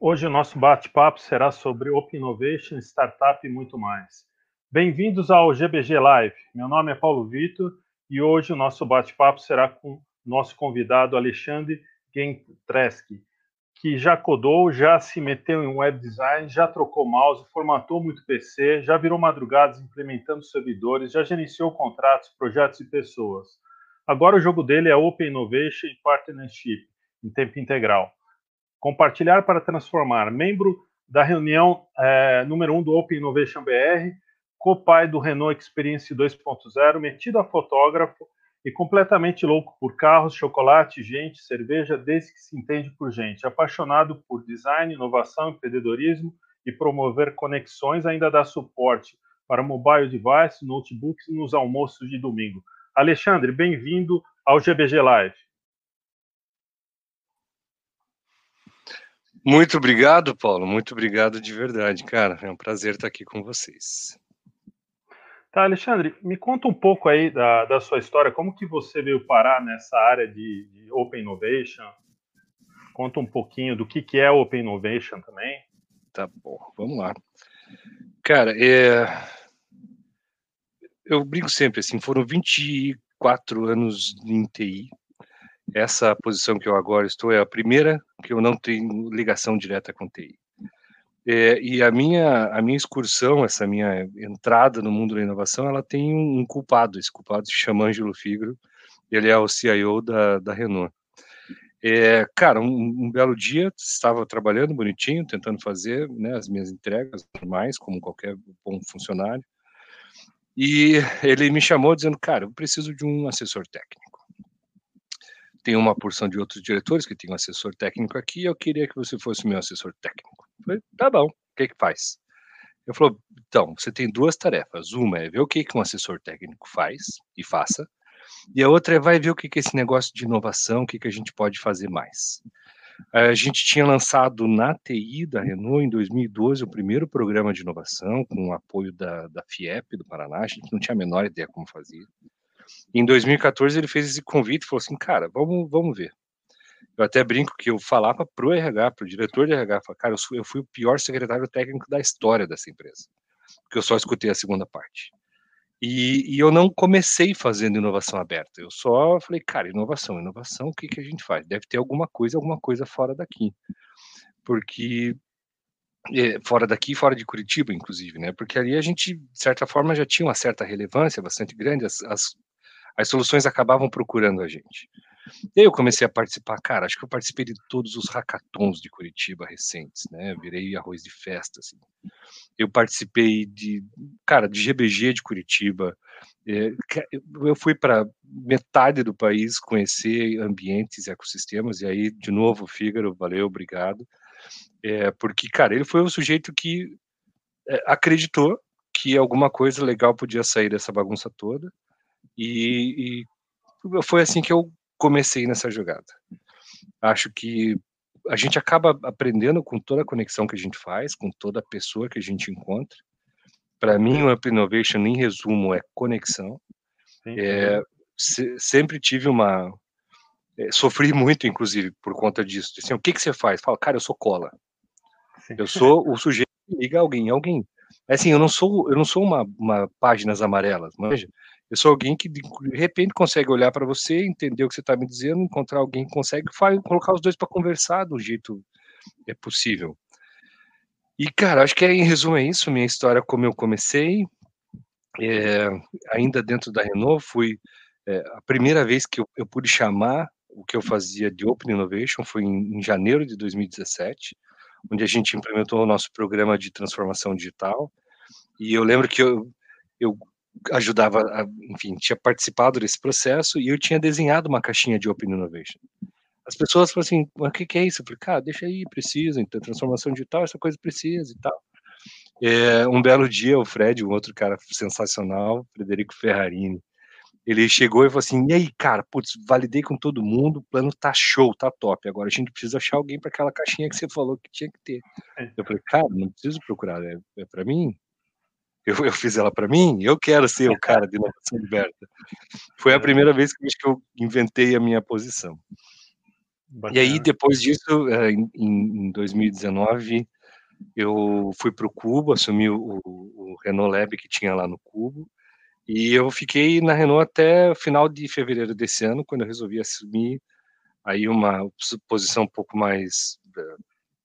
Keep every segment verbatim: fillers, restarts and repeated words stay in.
Hoje o nosso bate-papo será sobre Open Innovation, Startup e muito mais. Bem-vindos ao G B G Live. Meu nome é Paulo Vitor e hoje o nosso bate-papo será com o nosso convidado Alexandre Gentreski, que já codou, já se meteu em web design, já trocou mouse, formatou muito P C, já virou madrugadas implementando servidores, já gerenciou contratos, projetos e pessoas. Agora o jogo dele é Open Innovation e Partnership, em tempo integral. Compartilhar para transformar, membro da reunião é, número um do Open Innovation B R, co-pai do Renault Experience dois ponto zero, metido a fotógrafo e completamente louco por carros, chocolate, gente, cerveja, desde que se entende por gente. Apaixonado por design, inovação, empreendedorismo e promover conexões, ainda dá suporte para mobile device, notebooks e nos almoços de domingo. Alexandre, bem-vindo ao G B G Live. Muito obrigado, Paulo. Muito obrigado de verdade, cara. É um prazer estar aqui com vocês. Tá, Alexandre, me conta um pouco aí da, da sua história, como que você veio parar nessa área de, de Open Innovation? Conta um pouquinho do que, que é Open Innovation também. Tá bom, vamos lá. Cara, é... eu brinco sempre, assim, foram vinte e quatro anos em T I. Essa posição que eu agora estou é a primeira que eu não tenho ligação direta com T I. É, e a minha, a minha excursão, essa minha entrada no mundo da inovação, ela tem um culpado. Esse culpado se chama Ângelo Figro. Ele é o C I O da, da Renault. É, cara, um, um belo dia, estava trabalhando bonitinho, tentando fazer, né, as minhas entregas normais, como qualquer bom funcionário, e ele me chamou dizendo, cara, eu preciso de um assessor técnico. Tem uma porção de outros diretores que tem um assessor técnico aqui, eu queria que você fosse meu assessor técnico. Eu falei, tá bom, o que que faz? Eu falei, então, você tem duas tarefas, uma é ver o que que um assessor técnico faz e faça, e a outra é vai ver o que que é esse negócio de inovação, o que que a gente pode fazer mais. A gente tinha lançado na T I da Renault, em dois mil e doze, o primeiro programa de inovação, com o apoio da, da FIEP do Paraná, a gente não tinha a menor ideia como fazia. Em dois mil e quatorze, ele fez esse convite e falou assim, cara, vamos, vamos ver. Eu até brinco que eu falava para o R H, para o diretor de R H, falava, cara, eu, sou, eu fui o pior secretário técnico da história dessa empresa, porque eu só escutei a segunda parte. E, e, eu não comecei fazendo inovação aberta, eu só falei, cara, inovação, inovação, o que, que a gente faz? Deve ter alguma coisa, alguma coisa fora daqui. Porque, é, fora daqui, fora de Curitiba, inclusive, né? Porque ali a gente, de certa forma, já tinha uma certa relevância bastante grande, as, as, as soluções acabavam procurando a gente. E aí eu comecei a participar, cara, acho que eu participei de todos os hackathons de Curitiba recentes, né? Virei arroz de festa, assim. Eu participei de, cara, de G B G de Curitiba. É, eu fui para metade do país conhecer ambientes e ecossistemas, e aí, de novo, Fígaro, valeu, obrigado. É, porque, cara, ele foi o sujeito que é, acreditou que alguma coisa legal podia sair dessa bagunça toda, e, e foi assim que eu comecei nessa jogada. Acho que a gente acaba aprendendo com toda a conexão que a gente faz, com toda a pessoa que a gente encontra. Para mim, o Open Innovation, em resumo, é conexão. Sim, é, se, sempre tive uma... É, sofri muito, inclusive, por conta disso. Assim, o que, que você faz? Fala, cara, eu sou cola. Sim. Eu sou o sujeito que liga alguém, alguém. Assim, eu não sou, eu não sou uma, uma páginas amarelas, manja? Eu sou alguém que de repente consegue olhar para você, entender o que você está me dizendo, encontrar alguém que consegue faz, colocar os dois para conversar do jeito é possível. E, cara, acho que em resumo é isso, minha história, como eu comecei, é, ainda dentro da Renault, fui é, a primeira vez que eu, eu pude chamar o que eu fazia de Open Innovation foi em, em janeiro de dois mil e dezessete, onde a gente implementou o nosso programa de transformação digital, e eu lembro que eu, eu ajudava, a, enfim, tinha participado desse processo, e eu tinha desenhado uma caixinha de Open Innovation. As pessoas falam assim, mas o que, que é isso? Eu falei, cara, deixa aí, precisa, então, transformação digital, essa coisa precisa e tal. É, um belo dia, o Fred, um outro cara sensacional, Frederico Ferrarini, ele chegou e falou assim, e aí, cara, putz, validei com todo mundo, o plano tá show, tá top, agora a gente precisa achar alguém para aquela caixinha que você falou que tinha que ter. Eu falei, cara, não preciso procurar, é, é para mim? Eu, eu fiz ela para mim? Eu quero ser o cara de inovação aberta. Foi a primeira vez que eu inventei a minha posição. E aí, Bacana. depois disso, eh, em em dois mil e dezenove, eu fui para o Cubo, assumi o o Renault Lab que tinha lá no Cubo, e eu fiquei na Renault até o final de fevereiro desse ano, quando eu resolvi assumir aí uma s posição um pouco mais, eh,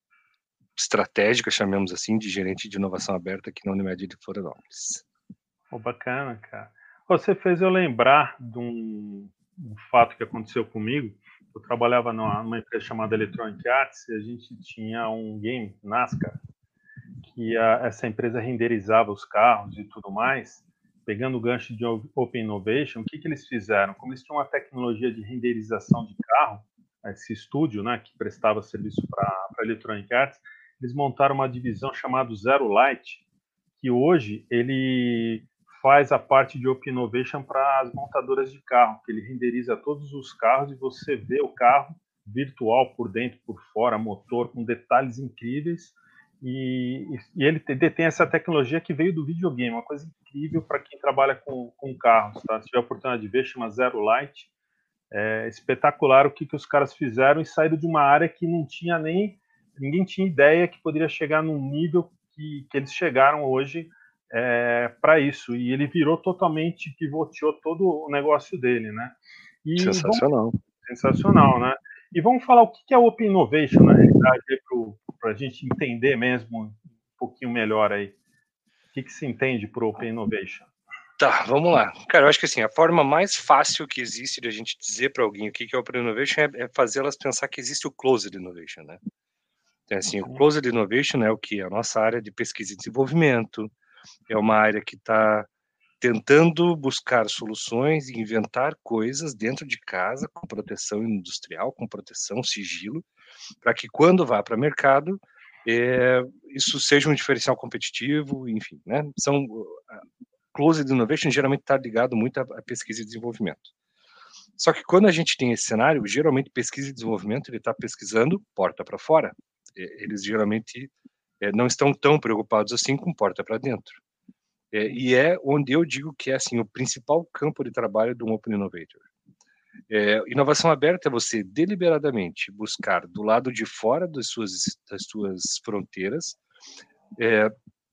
estratégica, chamemos assim, de gerente de inovação aberta aqui na Unimed de Florianópolis. Pô, bacana, cara. Você fez eu lembrar de um, um fato que aconteceu comigo. Eu trabalhava numa, numa empresa chamada Electronic Arts e a gente tinha um game, NASCAR, que a, essa empresa renderizava os carros e tudo mais. Pegando o gancho de Open Innovation, o que, que eles fizeram? Como eles tinham uma tecnologia de renderização de carro, esse estúdio, né, que prestava serviço para a Electronic Arts, eles montaram uma divisão chamada Zero Light, que hoje ele faz a parte de Open Innovation para as montadoras de carro, que ele renderiza todos os carros e você vê o carro virtual por dentro, por fora, motor, com detalhes incríveis. E, e ele detém essa tecnologia que veio do videogame, uma coisa incrível para quem trabalha com, com carros. Tá? Se tiver a oportunidade de ver, chama Zero Light. É espetacular o que, que os caras fizeram e saíram de uma área que não tinha nem. Ninguém tinha ideia que poderia chegar num nível que, que eles chegaram hoje é, para isso. E ele virou totalmente, pivoteou todo o negócio dele, né? E vamos, Sensacional. sensacional, né? E vamos falar o que é Open Innovation, na realidade, para a gente entender mesmo um pouquinho melhor aí. O que, que se entende por Open Innovation? Tá, vamos lá. Cara, eu acho que assim, a forma mais fácil que existe de a gente dizer para alguém o que é Open Innovation é, é fazê-las pensar que existe o Closed Innovation, né? Então, assim, o Closed Innovation é o que? A nossa área de pesquisa e desenvolvimento, é uma área que está tentando buscar soluções e inventar coisas dentro de casa, com proteção industrial, com proteção, sigilo, para que quando vá para o mercado, é, isso seja um diferencial competitivo, enfim, né? São Closed Innovation geralmente está ligado muito à pesquisa e desenvolvimento. Só que quando a gente tem esse cenário, geralmente pesquisa e desenvolvimento ele está pesquisando porta para fora. Eles geralmente é, não estão tão preocupados assim com porta para dentro. É, e é onde eu digo que é assim o principal campo de trabalho de um Open Innovator. É, inovação aberta é você deliberadamente buscar do lado de fora das suas, das suas fronteiras é,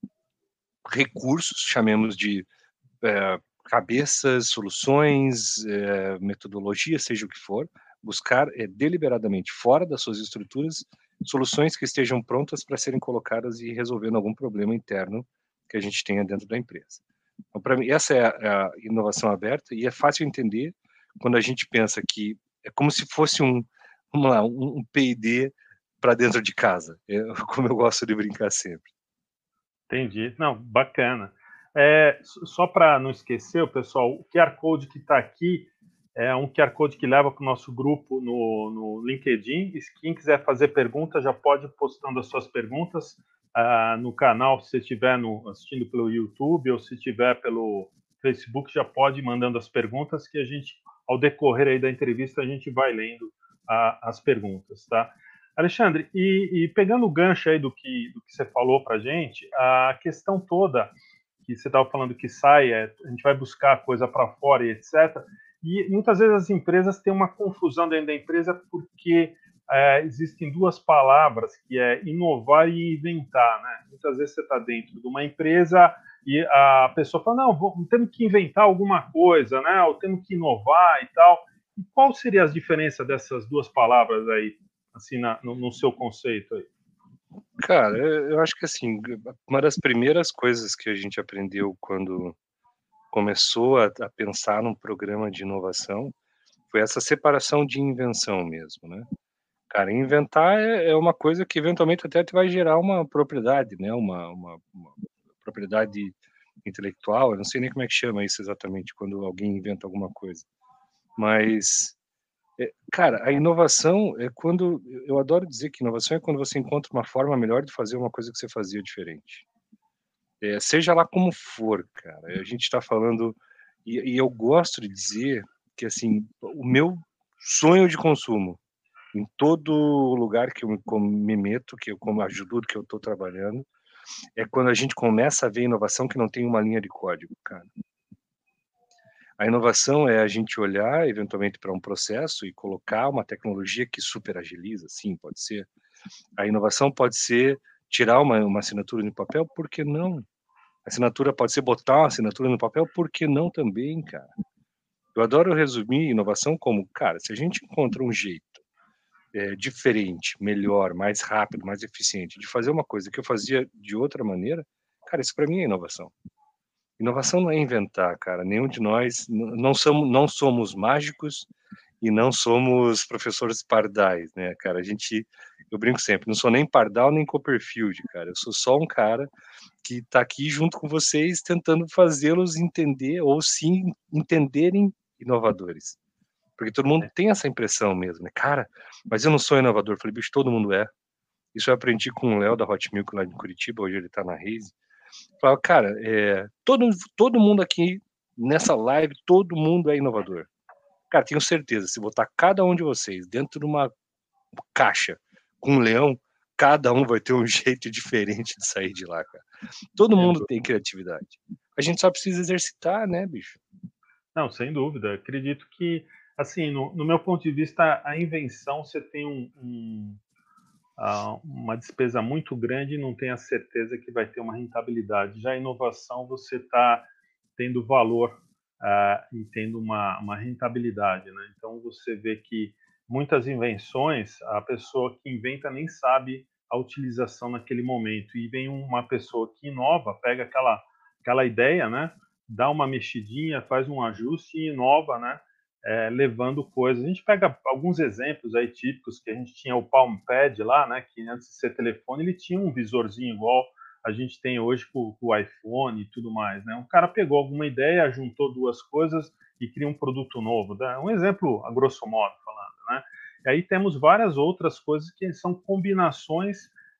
recursos, chamemos de é, cabeças, soluções, é, metodologia, seja o que for, buscar é, deliberadamente fora das suas estruturas soluções que estejam prontas para serem colocadas e resolvendo algum problema interno que a gente tenha dentro da empresa. Então, para mim, essa é a, a inovação aberta e é fácil entender quando a gente pensa que é como se fosse um, vamos lá, um, um P e D para dentro de casa, é, como eu gosto de brincar sempre. Entendi. Não, bacana. É, só para não esquecer, o pessoal, o Q R Code que está aqui é um Q R Code que leva para o nosso grupo no, no LinkedIn. E quem quiser fazer perguntas, já pode ir postando as suas perguntas uh, no canal, se estiver no, assistindo pelo YouTube ou se estiver pelo Facebook, já pode ir mandando as perguntas que a gente, ao decorrer aí da entrevista, a gente vai lendo uh, as perguntas, tá? Alexandre, e, e, pegando o gancho aí do que, do que você falou para a gente, a questão toda que você estava falando que sai, é, a gente vai buscar a coisa para fora e etcétera. E muitas vezes as empresas têm uma confusão dentro da empresa porque é, existem duas palavras, que é inovar e inventar, né? Muitas vezes você está dentro de uma empresa e a pessoa fala, não, vamos, temos que inventar alguma coisa, né? Ou temos que inovar e tal. E qual seria as diferenças dessas duas palavras aí? Assim, na, no, no seu conceito aí? Cara, eu acho que assim, uma das primeiras coisas que a gente aprendeu quando começou a, a pensar num programa de inovação foi essa separação de invenção mesmo, né? Cara, inventar é, é uma coisa que eventualmente até te vai gerar uma propriedade, né? Uma, uma, uma propriedade intelectual, eu não sei nem como é que chama isso exatamente quando alguém inventa alguma coisa. Mas é, cara, a inovação é quando, eu adoro dizer que inovação é quando você encontra uma forma melhor de fazer uma coisa que você fazia diferente. É, seja lá como for, cara, a gente está falando, e, e eu gosto de dizer que, assim, o meu sonho de consumo, em todo lugar que eu me, me meto, que eu como ajudo, que eu estou trabalhando, é quando a gente começa a ver inovação que não tem uma linha de código, cara. A inovação é a gente olhar, eventualmente, para um processo e colocar uma tecnologia que superagiliza, sim, pode ser. A inovação pode ser tirar uma uma assinatura no papel, por que não? A assinatura pode ser botar uma assinatura no papel, por que não também, cara? Eu adoro resumir inovação como, cara, se a gente encontra um jeito, eh, diferente, melhor, mais rápido, mais eficiente de fazer uma coisa que eu fazia de outra maneira, cara, isso para mim é inovação. Inovação não é inventar, cara, nenhum de nós n não somos não somos mágicos e não somos professores pardais, né, cara, a gente eu brinco sempre, não sou nem pardal nem Copperfield, cara, eu sou só um cara que tá aqui junto com vocês tentando fazê-los entender ou se entenderem inovadores. Porque todo mundo É. tem essa impressão mesmo, né, "Cara, mas eu não sou inovador", eu falei: "Bicho, todo mundo é". Isso eu aprendi com o Léo da Hot Milk lá de Curitiba, hoje ele tá na Raízen. Falava: "Cara, eh, todo todo mundo aqui nessa live, todo mundo é inovador". Cara, tenho certeza, se botar cada um de vocês dentro de uma caixa com um leão, cada um vai ter um jeito diferente de sair de lá, cara. Todo Sem mundo dúvida. tem criatividade. A gente só precisa exercitar, né, bicho? Não, sem dúvida. Acredito que, assim, no no meu ponto de vista, a invenção você tem um um, ah, uma despesa muito grande e não tem a certeza que vai ter uma rentabilidade. Já a inovação você está tendo valor, ah, e tendo uma uma rentabilidade, né. Então você vê que muitas invenções, a pessoa que inventa nem sabe a utilização naquele momento e vem uma pessoa que inova, pega aquela aquela ideia, né, dá uma mexidinha, faz um ajuste e inova, né, eh, levando coisas. A gente pega alguns exemplos aí típicos que a gente tinha o Palm Pad lá, né, que antes de ser telefone ele tinha um visorzinho igual a gente tem hoje com o iPhone e tudo mais, né. Um cara pegou alguma ideia, juntou duas coisas e cria um produto novo, né. Um exemplo a grosso modo falando, né. E aí temos várias outras coisas que são combinações,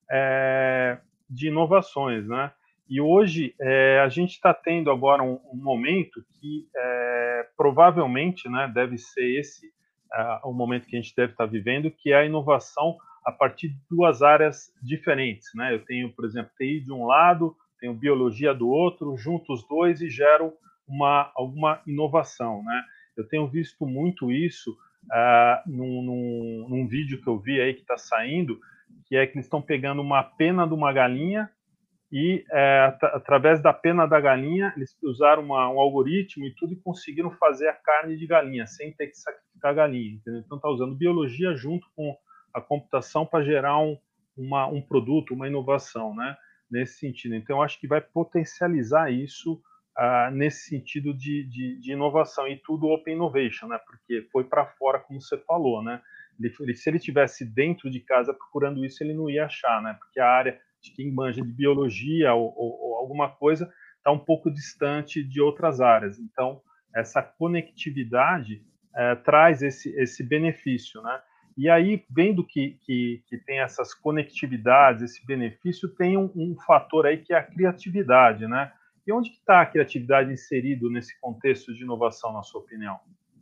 eh, de inovações, né. E hoje, eh, a gente está tendo agora um um momento que, eh, provavelmente, né, deve ser esse, ah, o momento que a gente deve estar vivendo, que é a inovação a partir de duas áreas diferentes, né. Eu tenho, por exemplo, T I de um lado, tenho biologia do outro, junto os dois e gero uma alguma inovação, né. Eu tenho visto muito isso, ah, num num num vídeo que eu vi aí que está saindo, que é que eles estão pegando uma pena de uma galinha e, eh, atra através da pena da galinha, eles usaram uma um algoritmo e tudo e conseguiram fazer a carne de galinha, sem ter que sacrificar a galinha, entendeu. Então tá usando biologia junto com a computação para gerar um uma um produto, uma inovação, né, nesse sentido. Então eu acho que vai potencializar isso, ah, nesse sentido de de de inovação e tudo open innovation, né, porque foi para fora, como você falou, né. Ele ele se ele tivesse dentro de casa procurando isso, ele não ia achar, né, porque a área de quem manja de biologia ou, ou, ou alguma coisa está um pouco distante de outras áreas. Então, essa conectividade eh, traz esse, esse benefício, né? E aí, vendo que, que, que tem essas conectividades, esse benefício, tem um, um fator aí que é a criatividade, né? E onde que está a criatividade inserido nesse contexto de inovação, na sua opinião?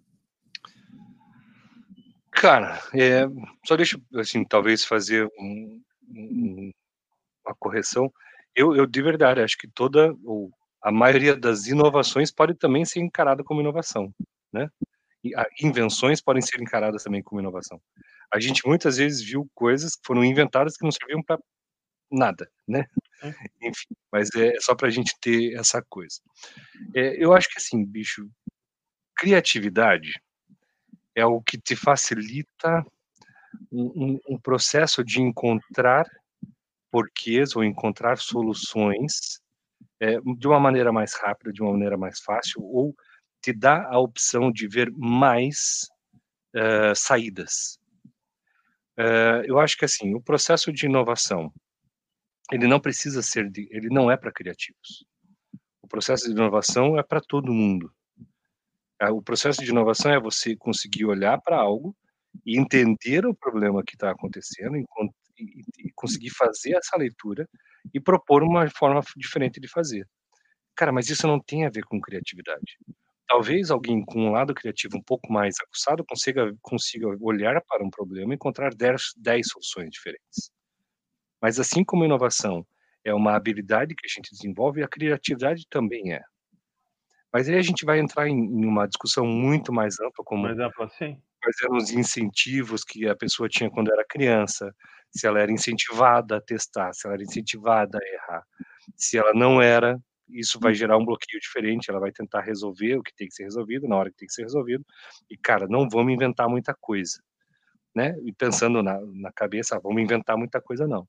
Cara, eh, só deixa eu, assim, talvez fazer um um uma correção. Eu eu de verdade acho que toda ou a maioria das inovações pode também ser encarada como inovação, né. E a invenções podem ser encaradas também como inovação. A gente muitas vezes viu coisas que foram inventadas que não serviam para nada, né. Sim, Enfim, mas é só pra gente ter essa coisa. Eh, eu acho que assim, bicho, criatividade é o que te facilita um um um processo de encontrar porquês ou encontrar soluções, eh, de uma maneira mais rápida, de uma maneira mais fácil, ou te dá a opção de ver mais, hã, saídas. Hã, eu acho que assim, o processo de inovação, ele não precisa ser de ele não é para criativos. O processo de inovação é para todo mundo. Ah, o processo de inovação é você conseguir olhar para algo e entender o problema que está acontecendo, encon e e conseguir fazer essa leitura e propor uma forma f diferente de fazer. Cara, mas isso não tem a ver com criatividade. Talvez alguém com um lado criativo um pouco mais aguçado consiga consiga olhar para um problema e encontrar dez dez soluções diferentes. Mas assim como a inovação é uma habilidade que a gente desenvolve, a criatividade também é. Mas aí a gente vai entrar em em uma discussão muito mais ampla, como Mas é para sim. quais eram os incentivos que a pessoa tinha quando era criança, se ela era incentivada a testar, se ela era incentivada a errar. Se ela não era, isso vai gerar um bloqueio diferente, ela vai tentar resolver o que tem que ser resolvido, na hora que tem que ser resolvido, e cara, não vamos inventar muita coisa, né, e pensando na na cabeça: "Ah, vamos inventar muita coisa", não.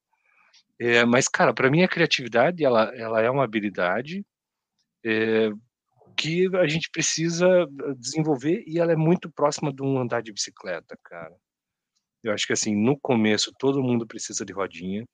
Eh, mas cara, pra mim a criatividade ela ela é uma habilidade, eh, que a gente precisa desenvolver e ela é muito próxima de um andar de bicicleta, cara. Eu acho que, assim, no começo todo mundo precisa de rodinha.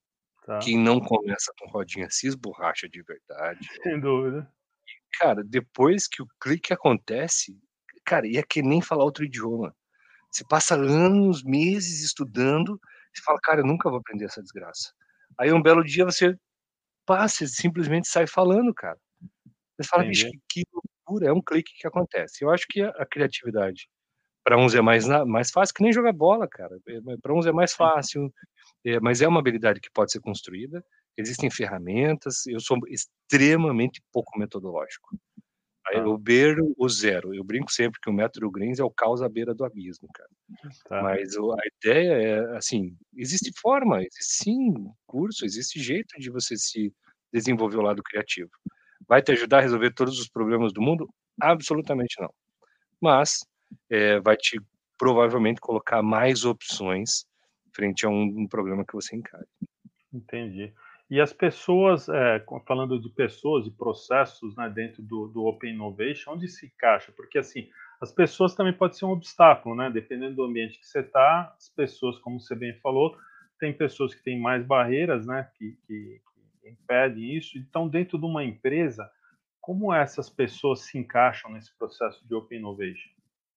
Tá. Quem não começa com rodinha se esborracha de verdade. Sem dúvida. E, cara, depois que o clique acontece, cara, e é que nem falar outro idioma. Você passa anos, meses estudando, você fala: "Cara, eu nunca vou aprender essa desgraça". Aí um belo dia você passa e simplesmente sai falando, cara. Você fala: "Bicho, Entendi. que que loucura", é um clique que acontece. Eu acho que a a criatividade pra uns é mais na mais fácil, que nem jogar bola, cara. Eh, pra uns é mais Sim. fácil, eh, mas é uma habilidade que pode ser construída, existem ferramentas, eu sou extremamente pouco metodológico. Aí Tá. eu beiro o zero, eu brinco sempre que o método Greens é o caos à beira do abismo, cara. Tá. Mas o a ideia é, assim, existe forma, existe sim curso, existe jeito de você se desenvolver o lado criativo. Vai te ajudar a resolver todos os problemas do mundo? Absolutamente não. Mas, eh, vai te provavelmente colocar mais opções frente a um um problema que você encare. Entendi. E as pessoas, eh, co falando de pessoas e processos, né, dentro do do Open Innovation, onde se encaixa? Porque, assim, as pessoas também pode ser um obstáculo, né, dependendo do ambiente que você tá, as pessoas, como você bem falou, tem pessoas que têm mais barreiras, né, que que que impedem isso. Então, dentro de uma empresa, como essas pessoas se encaixam nesse processo de Open Innovation?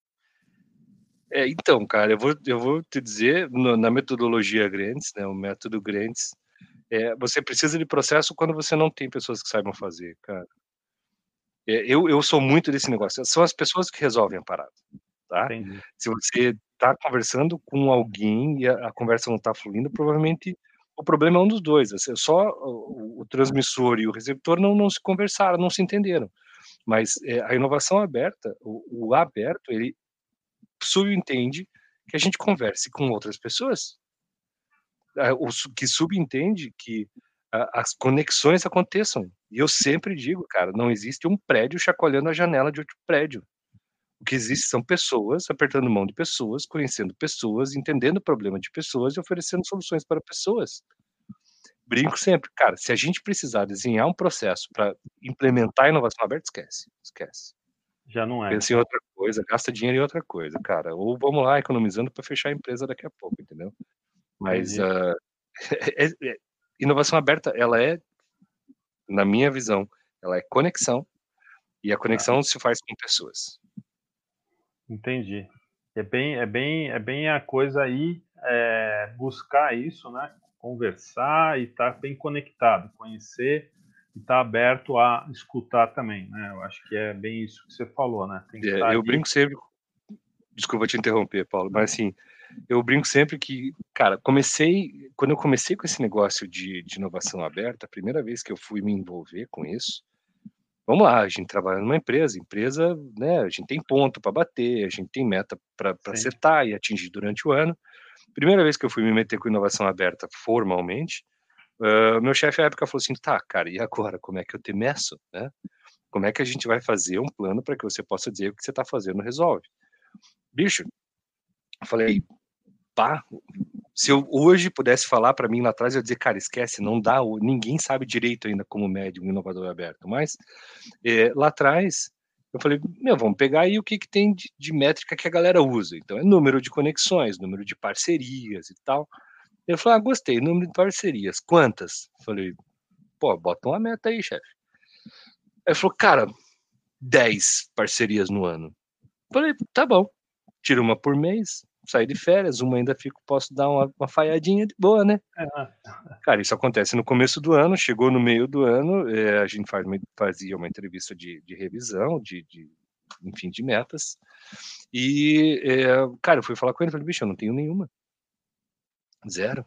É, então, cara, eu vou eu vou te dizer, na na metodologia Grants, né, o método Grants, eh, você precisa de processo quando você não tem pessoas que saibam fazer, cara. Eh, eu eu sou muito desse negócio, são as pessoas que resolvem a parada, tá. Entendi. Se você tá conversando com alguém e a a conversa não tá fluindo, provavelmente o problema é um dos dois, assim, só o o transmissor e o receptor não não se conversaram, não se entenderam. Mas, eh, a inovação aberta, o o aberto, ele subentende que a gente converse com outras pessoas. Eh, o su que subentende que a as conexões aconteçam. E eu sempre digo, cara, não existe um prédio chacoalhando a janela de outro prédio. O que existe são pessoas apertando mão de pessoas, conhecendo pessoas, entendendo o problema de pessoas e oferecendo soluções para pessoas. Brinco sempre, cara, se a gente precisar desenhar um processo pra implementar a inovação aberta, esquece, esquece. Já não é, Pensa em então. outra coisa, gasta dinheiro em outra coisa, cara, ou vamos lá economizando pra fechar a empresa daqui a pouco, entendeu. Mas, Entendi. hã, é é inovação aberta, ela é na minha visão, ela é conexão, e a Tá. conexão se faz com pessoas. Entendi. É bem é bem é bem a coisa aí, eh, buscar isso, né, conversar e estar bem conectado, conhecer e estar aberto a escutar também, né, eu acho que é bem isso que você falou, né, tem que É, estar eu ali. brinco sempre desculpa te interromper, Paulo, mas assim, eu brinco sempre que, cara, comecei quando eu comecei com esse negócio de de inovação aberta, a primeira vez que eu fui me envolver com isso, vamos lá, a gente trabalha numa empresa, empresa, né, a gente tem ponto pra bater, a gente tem meta pra pra Sim. setar e atingir durante o ano. Primeira vez que eu fui me meter com inovação aberta formalmente, hã, meu chefe à época falou assim: "Tá, cara, e agora, como é que eu te meço, né? Como é que a gente vai fazer um plano pra que você possa dizer o que você tá fazendo resolve?". Bicho, eu falei: "Pá, se eu hoje pudesse falar pra mim lá atrás, eu ia dizer: 'Cara, esquece, não dá, o ninguém sabe direito ainda como mede um inovador aberto'". Mas, eh, lá atrás, eu falei: "Meu, vamos pegar aí o que que tem de de métrica que a galera usa". Então é número de conexões, número de parcerias e tal. Ele falou: "Ah, gostei, número de parcerias, quantas?". Falei: "Pô, bota uma meta aí, chefe". Aí ele falou: "Cara, dez parcerias no ano". Falei: "Tá bom". Tiro uma por mês, saí de férias, uma ainda fico posso dar uma uma falhadinha de boa, né. Cara, isso acontece no começo do ano, chegou no meio do ano, eh, a gente faz uma fazia uma entrevista de de revisão, de de enfim, de metas, e, eh, cara, eu fui falar com ele, falei: "Bicho, eu não tenho nenhuma". Zero.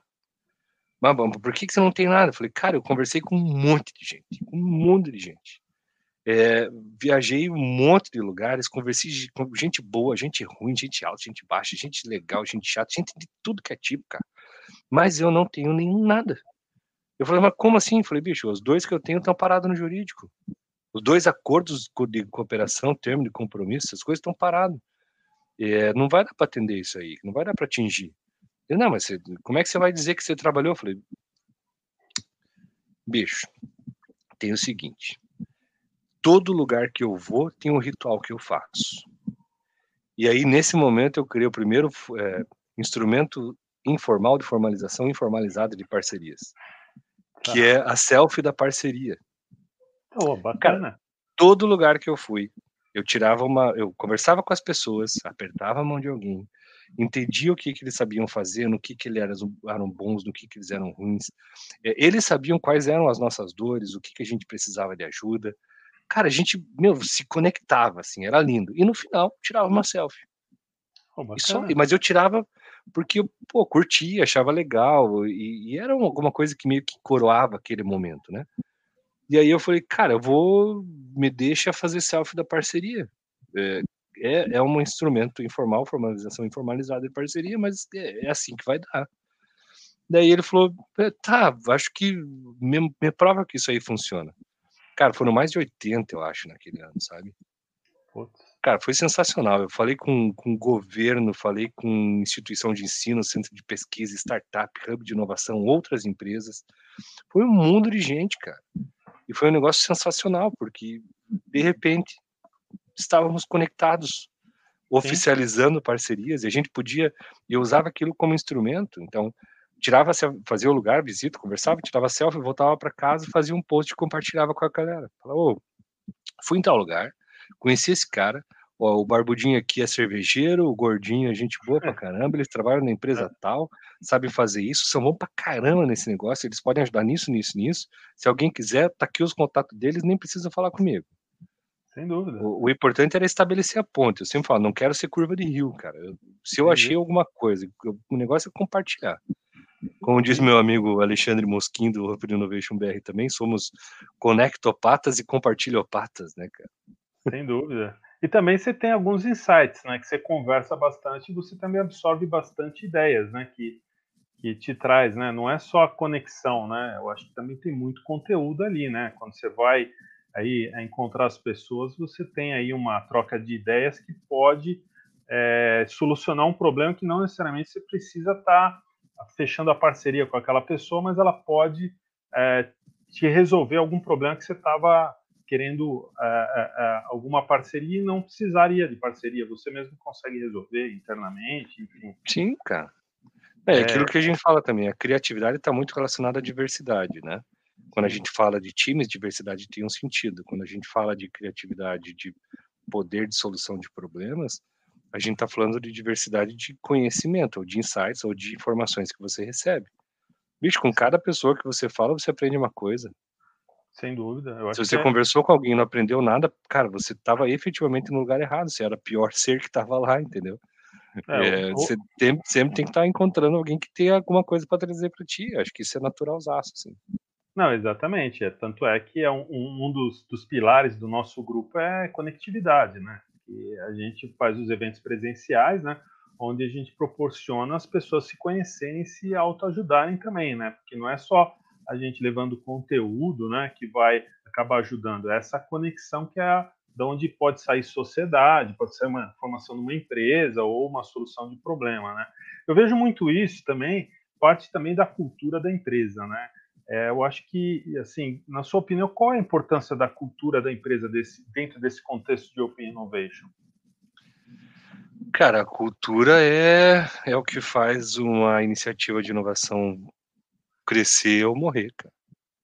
"Mas, bom, por que que você não tem nada?". Eu falei: "Cara, eu conversei com um monte de gente, um monte de gente. É, viajei um monte de lugares, conversei com gente boa, gente ruim, gente alta, gente baixa, gente legal, gente chata, gente de tudo que é tipo, cara. Mas eu não tenho nenhum nada. Eu falei: "Mas como assim?" Eu falei: "Bicho, os dois que eu tenho estão parados no jurídico. Os dois acordos co de cooperação, termo de compromisso, essas coisas estão parados. Eh, não vai dar para atender isso aí, não vai dar para atingir". Ele: "Não, mas você como é que você vai dizer que você trabalhou?" Eu falei: "Bicho, tem o seguinte, todo lugar que eu vou tem um ritual que eu faço". E aí, nesse momento, eu criei o primeiro f eh, instrumento informal de formalização informalizada de parcerias, que Tá. é a selfie da parceria. Oh, Cara, bacana. todo lugar que eu fui, eu tirava uma eu conversava com as pessoas, apertava a mão de alguém, entendia o que que eles sabiam fazer, no que que eles eram eram bons, no que que eles eram ruins. Eh, eles sabiam quais eram as nossas dores, o que que a gente precisava de ajuda. Cara, a gente, meu, se conectava, assim, era lindo. E no final, tirava uma selfie. Oh, E só bacana. mas eu tirava porque eu, pô, curtia, achava legal e e era um alguma coisa que meio que coroava aquele momento, né. E aí eu falei: "Cara, eu vou me deixa fazer selfie da parceria". Eh, é é um instrumento informal, formalização informalizada de parceria, mas é é assim que vai dar. Daí ele falou: "Eh, tá, acho que me me prova que isso aí funciona". Cara, foram mais de oitenta, eu acho, naquele ano, sabe. Putz. Cara, foi sensacional. Eu falei com com governo, falei com instituição de ensino, centro de pesquisa, startup, hub de inovação, outras empresas. Foi um mundo de gente, cara. E foi um negócio sensacional, porque, de repente, estávamos conectados, Sim, oficializando parcerias, e a gente podia e eu usava aquilo como instrumento, então, tirava se fazia o lugar, visita, conversava, tirava selfie, voltava para casa, fazia um post e compartilhava com a galera. Falava: "Ô, fui em tal lugar, conheci esse cara, ó, o barbudinho aqui é cervejeiro, o gordinho é gente boa pra caramba, eles trabalham na é, empresa tal, sabem fazer isso, são bons pra caramba nesse negócio, eles podem ajudar nisso, nisso, nisso. Se alguém quiser, tá aqui os contatos deles, nem precisa falar comigo". sem dúvida. O o importante era estabelecer a ponte, eu sempre falo: "Não quero ser curva de rio, cara, eu se eu Entendi. achei alguma coisa, eu o negócio é compartilhar". Como diz E meu amigo Alexandre Mosquim do Open Innovation B R também, somos conectopatas e compartilhopatas, né, cara. sem dúvida. E também você tem alguns insights, né, que você conversa bastante e você também absorve bastante ideias, né, que que te traz, né, não é só a conexão, né, eu acho que também tem muito conteúdo ali, né, quando você vai aí a encontrar as pessoas, você tem aí uma troca de ideias que pode, eh, solucionar um problema que não necessariamente você precisa estar fechando a parceria com aquela pessoa, mas ela pode, eh, te resolver algum problema que você estava querendo, eh eh eh, alguma parceria e não precisaria de parceria, você mesmo consegue resolver internamente, enfim. Sim, cara. É, aquilo que a gente fala também, a criatividade está muito relacionada à diversidade, né. Quando a Sim, gente fala de times, diversidade tem um sentido. Quando a gente fala de criatividade, de poder de solução de problemas, a gente está falando de diversidade de conhecimento, ou de insights, ou de informações que você recebe. Bicho, com cada pessoa que você fala, você aprende uma coisa. sem dúvida, eu Se acho que você é conversou com alguém e não aprendeu nada, cara, você estava efetivamente no lugar errado, você era pior ser que estava lá, entendeu. é, o Eh, o você tem sempre tem que estar encontrando alguém que tenha alguma coisa para trazer para ti, acho que isso é naturalzaço, assim. não, exatamente, é, tanto é que é um um um dos dos pilares do nosso grupo é conectividade, né, e a gente faz os eventos presenciais, né, onde a gente proporciona as pessoas se conhecerem e se autoajudarem também, né, porque não é só a gente levando conteúdo, né, que vai acabar ajudando, é essa conexão que é da onde pode sair sociedade, pode ser uma formação de uma empresa ou uma solução de problema, né. Eu vejo muito isso também, parte também da cultura da empresa, né. É, eu acho que, assim, na sua opinião, qual é a importância da cultura da empresa desse, dentro desse contexto de Open Innovation? Cara, a cultura é é o que faz uma iniciativa de inovação crescer ou morrer, cara.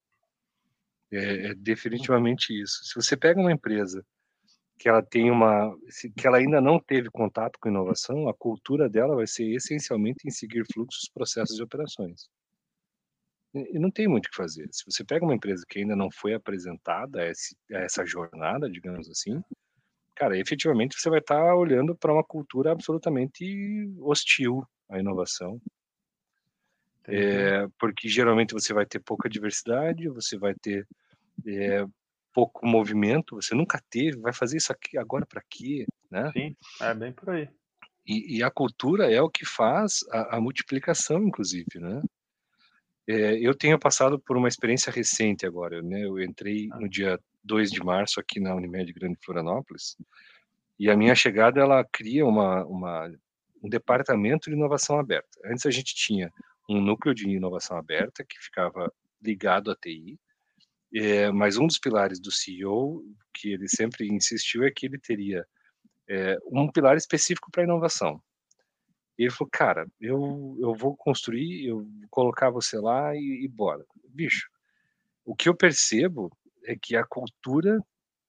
É é definitivamente isso. Se você pega uma empresa que ela tem uma se que ela ainda não teve contato com inovação, a cultura dela vai ser essencialmente em seguir fluxos, processos e operações. E e não tem muito o que fazer. Se você pega uma empresa que ainda não foi apresentada a esse a essa jornada, digamos assim, cara, efetivamente você vai estar olhando para uma cultura absolutamente hostil à inovação, Entendi. eh, porque geralmente você vai ter pouca diversidade, você vai ter, eh, pouco movimento, você nunca teve, vai fazer isso aqui agora para quê, né? Sim, é bem por aí. E, e a cultura é o que faz a, a multiplicação, inclusive, né? É, eu tenho passado por uma experiência recente agora, né? Eu entrei no dia dois de março aqui na Unimed Grande Florianópolis, e a minha chegada, ela cria uma, uma, um departamento de inovação aberta. Antes a gente tinha um núcleo de inovação aberta que ficava ligado à T I, é, mas um dos pilares do C E O, que ele sempre insistiu, é que ele teria é, um pilar específico para inovação. E ele falou, cara, eu, eu vou construir, eu vou colocar você lá e, e bora. Bicho, o que eu percebo é que a cultura,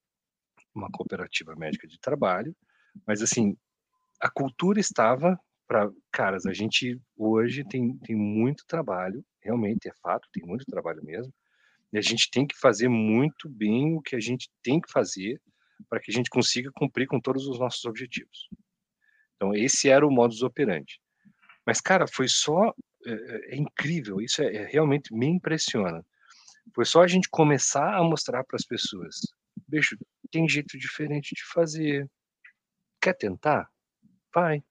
uma cooperativa médica de trabalho, mas assim, a cultura estava para, caras, a gente hoje tem, tem muito trabalho, realmente é fato, tem muito trabalho mesmo, e a gente tem que fazer muito bem o que a gente tem que fazer para que a gente consiga cumprir com todos os nossos objetivos. Então, esse era o modus operandi. Mas, cara, foi só. É, é incrível, isso é, é, realmente me impressiona. Foi só a gente começar a mostrar para as pessoas: bicho, tem jeito diferente de fazer. Quer tentar? Vai.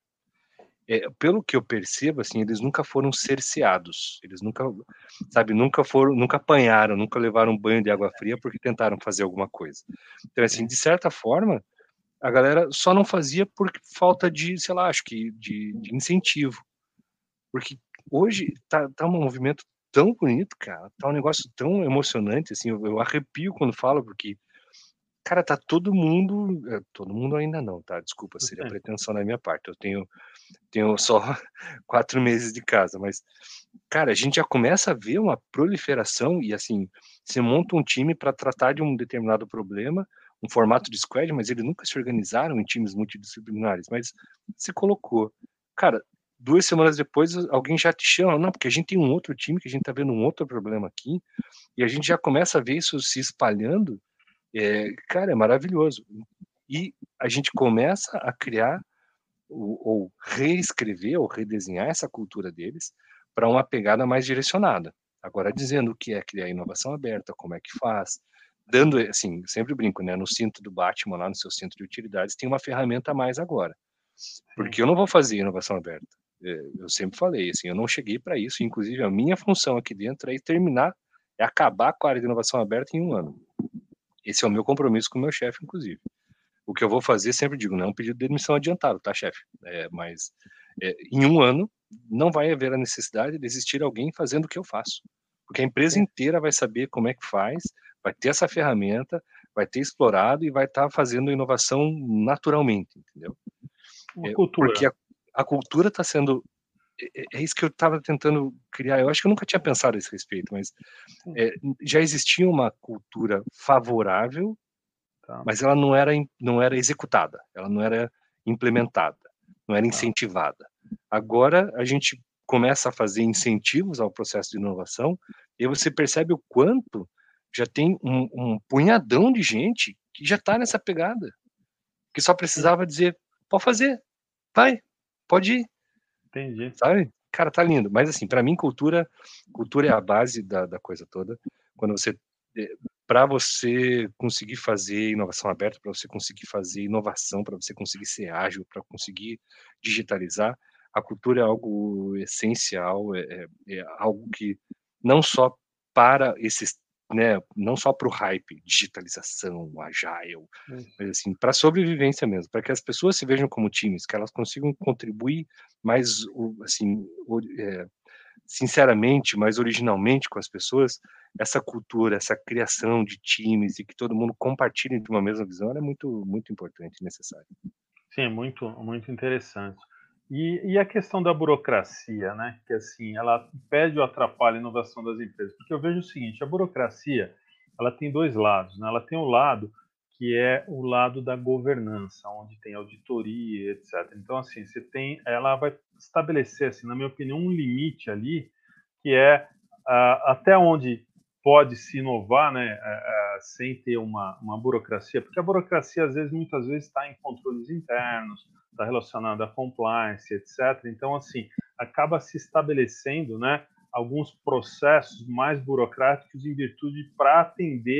É, pelo que eu percebo, assim, eles nunca foram cerceados. Eles nunca, sabe, nunca foram, nunca apanharam, nunca levaram um banho de água fria porque tentaram fazer alguma coisa. Então, assim, de certa forma, a galera só não fazia por falta de, sei lá, acho que de, de incentivo. Porque hoje tá, tá um movimento tão bonito, cara, tá um negócio tão emocionante, assim, eu, eu arrepio quando falo, porque, cara, tá todo mundo, é, todo mundo ainda não, tá? Desculpa, seria Sim. pretensão da minha parte. Eu tenho, tenho só quatro meses de casa, mas, cara, a gente já começa a ver uma proliferação e, assim, você monta um time para tratar de um determinado problema, um formato de squad, mas eles nunca se organizaram em times multidisciplinares, mas se colocou. Cara, duas semanas depois, alguém já te chama, não, porque a gente tem um outro time que a gente tá vendo um outro problema aqui, e a gente já começa a ver isso se espalhando, é, cara, é maravilhoso. E a gente começa a criar ou, ou reescrever ou redesenhar essa cultura deles para uma pegada mais direcionada. Agora, dizendo o que é criar inovação aberta, como é que faz, dando, assim, sempre brinco, né, no cinto do Batman, lá no seu centro de utilidades, tem uma ferramenta a mais agora. Porque eu não vou fazer inovação aberta. Eu sempre falei, assim, eu não cheguei para isso, inclusive a minha função aqui dentro é terminar, é acabar com a área de inovação aberta em um ano. Esse é o meu compromisso com o meu chefe, inclusive. O que eu vou fazer, sempre digo, não é um pedido de demissão adiantado, tá, chefe? É, mas é, em um ano não vai haver a necessidade de existir alguém fazendo o que eu faço. Porque a empresa Sim. inteira vai saber como é que faz, vai ter essa ferramenta, vai ter explorado e vai estar tá fazendo inovação naturalmente, entendeu? Uma É, cultura. porque a, a cultura está sendo. É, é isso que eu estava tentando criar. Eu acho que eu nunca tinha pensado a esse respeito, mas é, já existia uma cultura favorável, Tá, mas ela não era, não era executada, ela não era implementada, não era tá. incentivada. Agora a gente começa a fazer incentivos ao processo de inovação e você percebe o quanto já tem um, um punhadão de gente que já está nessa pegada, que só Sim, precisava dizer, pode fazer, vai, pode ir, entendi. sabe? Cara, tá lindo. Mas assim, para mim, cultura, cultura é a base da, da coisa toda. Quando você, para você conseguir fazer inovação aberta, para você conseguir fazer inovação, para você conseguir ser ágil, para conseguir digitalizar, a cultura é algo essencial, é, é, é algo que não só para esses, né, não só para o hype, digitalização, agile, Isso. mas assim, para sobrevivência mesmo, para que as pessoas se vejam como times, que elas consigam contribuir mais, assim, é, sinceramente, mais originalmente com as pessoas, essa cultura, essa criação de times e que todo mundo compartilhe de uma mesma visão é muito, muito importante e necessário. Sim, é muito, muito interessante. E, e a questão da burocracia, né? Que assim, ela impede ou atrapalha a inovação das empresas. Porque eu vejo o seguinte, a burocracia, ela tem dois lados, né? Ela tem o lado que é o lado da governança, onde tem auditoria, etcétera. Então, assim, você tem, ela vai estabelecer, assim, na minha opinião, um limite ali, que é uh, até onde pode se inovar, né, uh, uh, sem ter uma, uma burocracia, porque a burocracia, às vezes, muitas vezes está em controles internos, está relacionada a compliance, etcétera. Então, assim, acaba se estabelecendo, né, alguns processos mais burocráticos em virtude para atender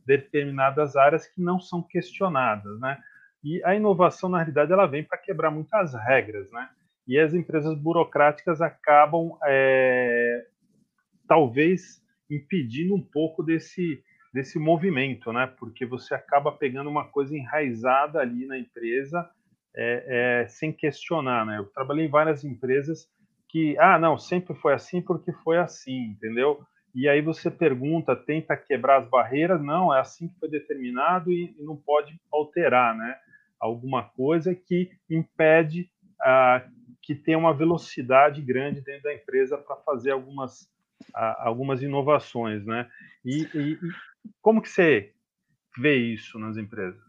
determinadas áreas que não são questionadas, né? E a inovação, na realidade, ela vem para quebrar muitas regras, né? E as empresas burocráticas acabam, é, talvez, impedindo um pouco desse, desse movimento, né? Porque você acaba pegando uma coisa enraizada ali na empresa, é, é, sem questionar, né? Eu trabalhei em várias empresas que, ah, não, sempre foi assim porque foi assim, entendeu? E aí você pergunta, tenta quebrar as barreiras, não, é assim que foi determinado e, e não pode alterar, né? Alguma coisa que impede ah, que tenha uma velocidade grande dentro da empresa para fazer algumas, ah, algumas inovações, né? E, e, e como que você vê isso nas empresas?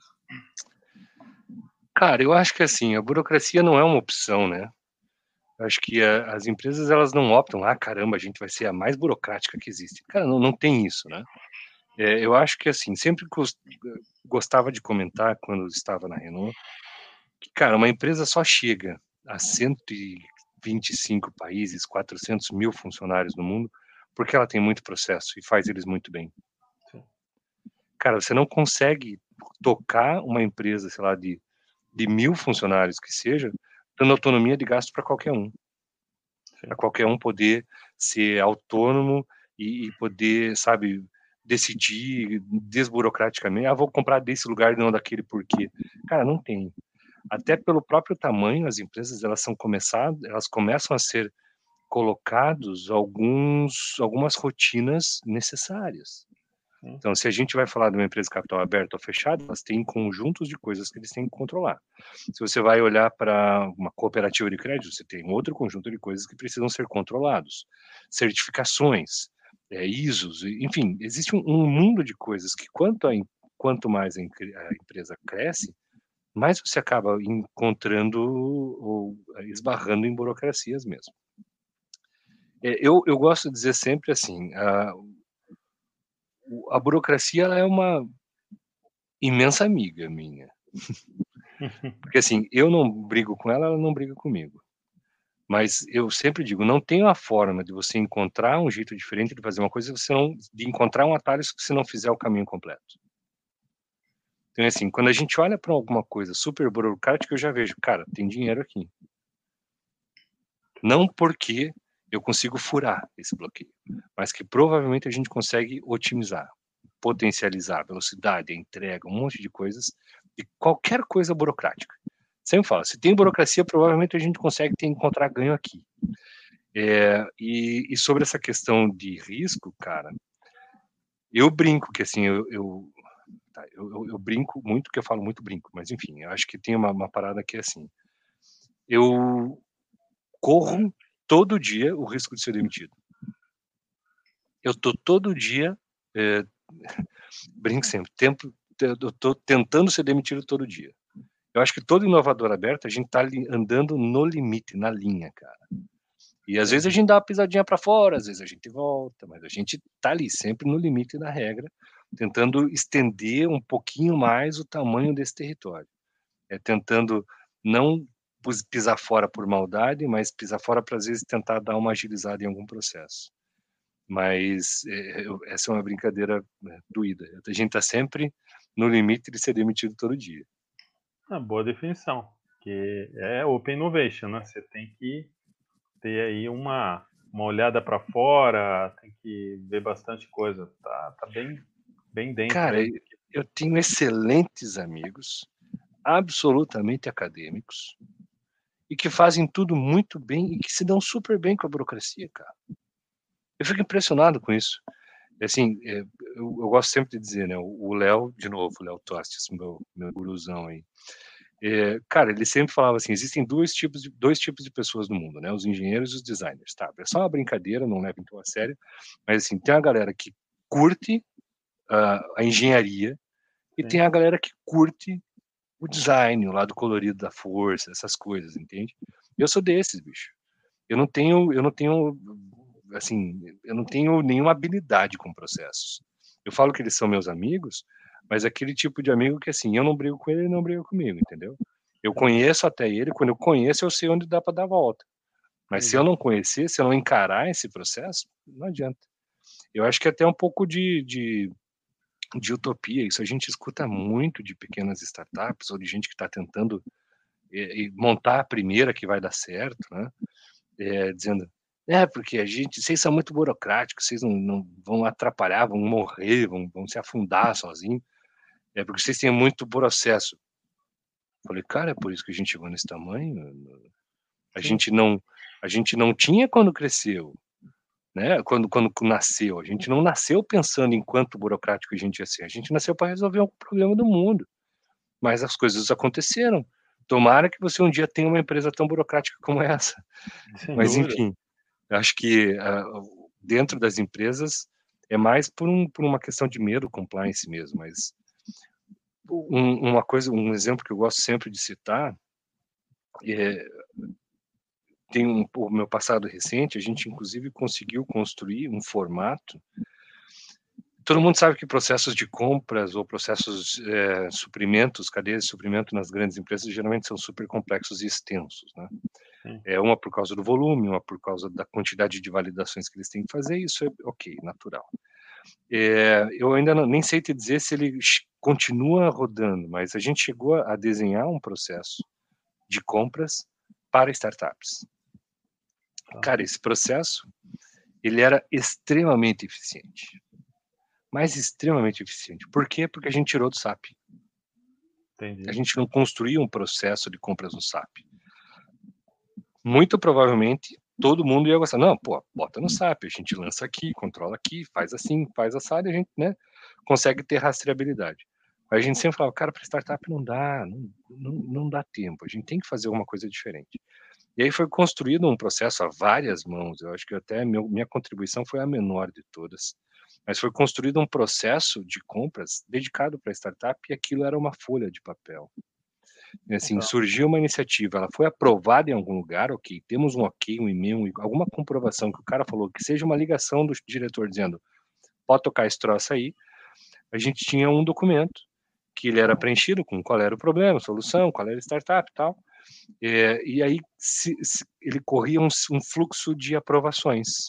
Cara, eu acho que assim, a burocracia não é uma opção, né? Eu acho que a, as empresas elas não optam, ah, caramba, a gente vai ser a mais burocrática que existe. Cara, não, não tem isso, né? É, eu acho que assim, sempre gostava de comentar quando estava na Renault, que, cara, uma empresa só chega a cento e vinte e cinco países, quatrocentos mil funcionários no mundo, porque ela tem muito processo e faz eles muito bem. Sim. Cara, você não consegue tocar uma empresa, sei lá, de, de mil funcionários que seja, dando autonomia de gasto para qualquer um. Para qualquer um poder ser autônomo e, e poder, sabe, decidir desburocraticamente, ah, vou comprar desse lugar e não daquele porquê. Cara, não tem. Até pelo próprio tamanho, as empresas elas são começadas, elas começam a ser colocados alguns algumas rotinas necessárias. Então, se a gente vai falar de uma empresa de capital aberto ou fechado, elas têm conjuntos de coisas que eles têm que controlar. Se você vai olhar para uma cooperativa de crédito, você tem outro conjunto de coisas que precisam ser controlados. Certificações, é, I S Os, enfim, existe um, um mundo de coisas que quanto, a, quanto mais a, a empresa cresce, mais você acaba encontrando ou esbarrando em burocracias mesmo. É, eu, eu gosto de dizer sempre assim, a, a burocracia ela é uma imensa amiga minha. Porque assim, eu não brigo com ela, ela não briga comigo. Mas eu sempre digo, não tem uma forma de você encontrar um jeito diferente de fazer uma coisa, você não, de encontrar um atalho se você não fizer o caminho completo. Então, assim, quando a gente olha para alguma coisa super burocrática, eu já vejo, cara, tem dinheiro aqui. Não porque eu consigo furar esse bloqueio, mas que provavelmente a gente consegue otimizar, potencializar a velocidade, a entrega, um monte de coisas, de qualquer coisa burocrática. Sempre falo, se tem burocracia, provavelmente a gente consegue ter, encontrar ganho aqui. É, e, e sobre essa questão de risco, cara, eu brinco que assim, eu, eu, tá, eu, eu brinco muito, que eu falo muito brinco, mas enfim, eu acho que tem uma, uma parada que é assim, eu corro todo dia o risco de ser demitido. Eu tô todo dia, é, brinco sempre, tempo, eu tô tentando ser demitido todo dia. Eu acho que todo inovador aberto, a gente tá andando no limite, na linha, cara. E às vezes a gente dá uma pisadinha para fora, às vezes a gente volta, mas a gente tá ali sempre no limite da regra, tentando estender um pouquinho mais o tamanho desse território. É tentando não pisar fora por maldade, mas pisar fora para às vezes tentar dar uma agilizada em algum processo. Mas é, essa é uma brincadeira, né, doída. A gente tá sempre no limite de ser demitido todo dia. Ah, boa definição, que é Open Innovation, né? Você tem que ter aí uma, uma olhada para fora, tem que ver bastante coisa. Tá, tá bem, bem dentro Cara, aí. eu tenho excelentes amigos, absolutamente acadêmicos, e que fazem tudo muito bem e que se dão super bem com a burocracia, cara. Eu fico impressionado com isso. Assim, é, eu, eu gosto sempre de dizer, né, o Léo, de novo, o Léo Tostes, meu, meu guruzão aí, é, cara, ele sempre falava assim, existem dois tipos, de, dois tipos de pessoas no mundo, né, os engenheiros e os designers, tá? É só uma brincadeira, não levem tão a sério, mas assim, tem a galera que curte uh, a engenharia e Sim. tem a galera que curte o design, o lado colorido da força, essas coisas, entende? Eu sou desses, bicho. Eu não tenho, eu não tenho, assim, eu não tenho nenhuma habilidade com processos. Eu falo que eles são meus amigos, mas é aquele tipo de amigo que, assim, eu não brigo com ele, ele não briga comigo, entendeu? Eu conheço até ele, quando eu conheço, eu sei onde dá para dar a volta. Mas se eu não conhecer, se eu não encarar esse processo, não adianta. Eu acho que até um pouco de, de de utopia. Isso a gente escuta muito de pequenas startups ou de gente que está tentando é, montar a primeira que vai dar certo, né? É, dizendo, é, porque a gente, vocês são muito burocráticos, vocês não, não vão atrapalhar, vão morrer, vão, vão se afundar sozinhos, é porque vocês têm muito processo. Falei, cara, é por isso que a gente chegou nesse tamanho. A Sim. gente não, a gente não tinha quando cresceu, né? Quando, quando nasceu, a gente não nasceu pensando em quanto burocrático a gente ia ser. A gente nasceu para resolver algum problema do mundo, mas as coisas aconteceram. Tomara que você um dia tenha uma empresa tão burocrática como essa. Sem Mas dúvida. enfim, eu acho que uh, dentro das empresas é mais por, um, por uma questão de medo, compliance mesmo. Mas um, uma coisa, um exemplo que eu gosto sempre de citar é, tem um, o meu passado recente, a gente inclusive conseguiu construir um formato. Todo mundo sabe que processos de compras ou processos é, suprimentos, cadeias de suprimento nas grandes empresas geralmente são super complexos e extensos, né? Sim. É uma por causa do volume, uma por causa da quantidade de validações que eles têm que fazer, isso é ok, natural. É, eu ainda não, nem sei te dizer se ele continua rodando, mas a gente chegou a desenhar um processo de compras para startups. Tá. Cara, esse processo, ele era extremamente eficiente, mas extremamente eficiente. Por quê? Porque a gente tirou do S A P. A Entendi. gente não construía um processo de compras no S A P. Muito provavelmente todo mundo ia gostar. Não, pô, bota no S A P, a gente lança aqui, controla aqui, faz assim, faz assado, e a gente, né, consegue ter rastreabilidade. Mas a gente sempre falava, cara, para startup não dá, não, não, não dá tempo, a gente tem que fazer alguma coisa diferente. E aí foi construído um processo a várias mãos, eu acho que até meu, minha contribuição foi a menor de todas, mas foi construído um processo de compras dedicado para startup e aquilo era uma folha de papel. Assim, Então, surgiu uma iniciativa, ela foi aprovada em algum lugar, ok, temos um ok, um e-mail, um, alguma comprovação que o cara falou, que seja uma ligação do diretor dizendo, pode tocar esse troço aí, a gente tinha um documento que ele era preenchido com qual era o problema, solução, qual era a startup e tal, é, e aí se, se, ele corria um, um fluxo de aprovações.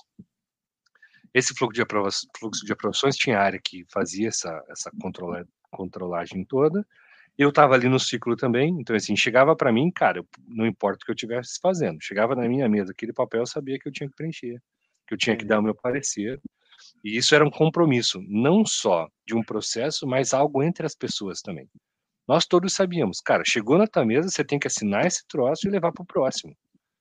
Esse fluxo de, aprova fluxo de aprovações tinha área que fazia essa, essa controla controlagem toda, eu estava ali no ciclo também, então assim, chegava para mim, cara, não importa o que eu estivesse fazendo, chegava na minha mesa aquele papel, eu sabia que eu tinha que preencher, que eu tinha que entendi. dar o meu parecer, e isso era um compromisso, não só de um processo, mas algo entre as pessoas também. Nós todos sabíamos, cara, chegou na tua mesa, você tem que assinar esse troço e levar para o próximo.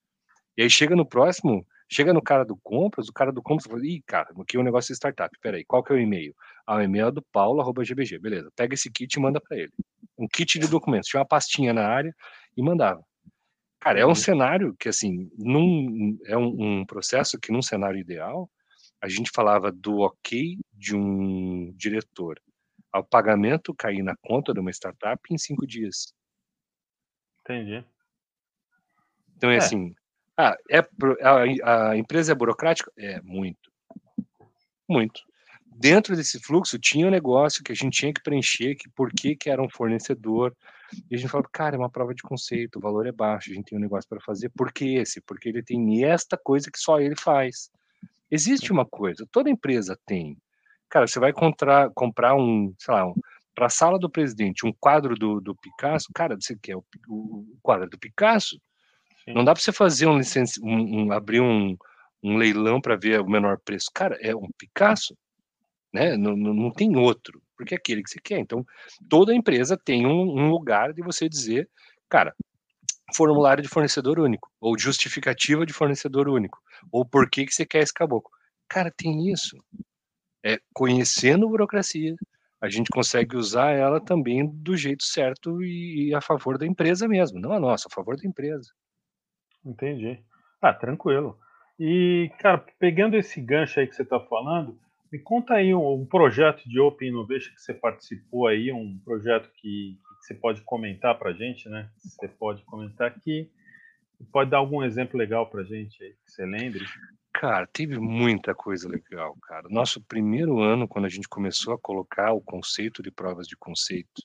E aí chega no próximo, chega no cara do compras, o cara do compras fala, ih, cara, aqui é um negócio de startup, peraí, qual que é o e-mail? Ah, o e-mail é do paulo, arroba g b g, beleza, pega esse kit e manda para ele. Um kit de documentos, tinha uma pastinha na área e mandava. Cara, é um Entendi. cenário que, assim, num, é um, um processo que num cenário ideal, a gente falava do ok de um diretor ao pagamento cair na conta de uma startup em cinco dias. Entendi. Então é É, assim, ah, é, a, a empresa é burocrática? É, muito, muito. Dentro desse fluxo tinha um negócio que a gente tinha que preencher, que por que que era um fornecedor, e a gente falava, cara, é uma prova de conceito, o valor é baixo, a gente tem um negócio para fazer, por que esse? Porque ele tem esta coisa que só ele faz. Existe uma coisa, toda empresa tem. Cara, você vai comprar, comprar um, sei lá, um, para a sala do presidente, um quadro do, do Picasso, cara, você quer o, o quadro do Picasso? sim. Não dá para você fazer um, licenci... um, um abrir um, um leilão para ver o menor preço. Cara, é um Picasso, né? Não, não, não tem outro, porque é aquele que você quer. Então, toda empresa tem um, um lugar de você dizer, cara, formulário de fornecedor único, ou justificativa de fornecedor único, ou por que, que você quer esse caboclo. Cara, tem isso. É, conhecendo burocracia, a gente consegue usar ela também do jeito certo e, e a favor da empresa mesmo, não a nossa, a favor da empresa. Entendi. Ah, tranquilo. E, cara, pegando esse gancho aí que você está falando, me conta aí um, um projeto de Open Innovation que você participou aí, um projeto que, que você pode comentar para a gente, né? Você pode comentar aqui. Pode dar algum exemplo legal para a gente aí, que você lembre? Cara, teve muita coisa legal, cara. Nosso primeiro ano, quando a gente começou a colocar o conceito de provas de conceito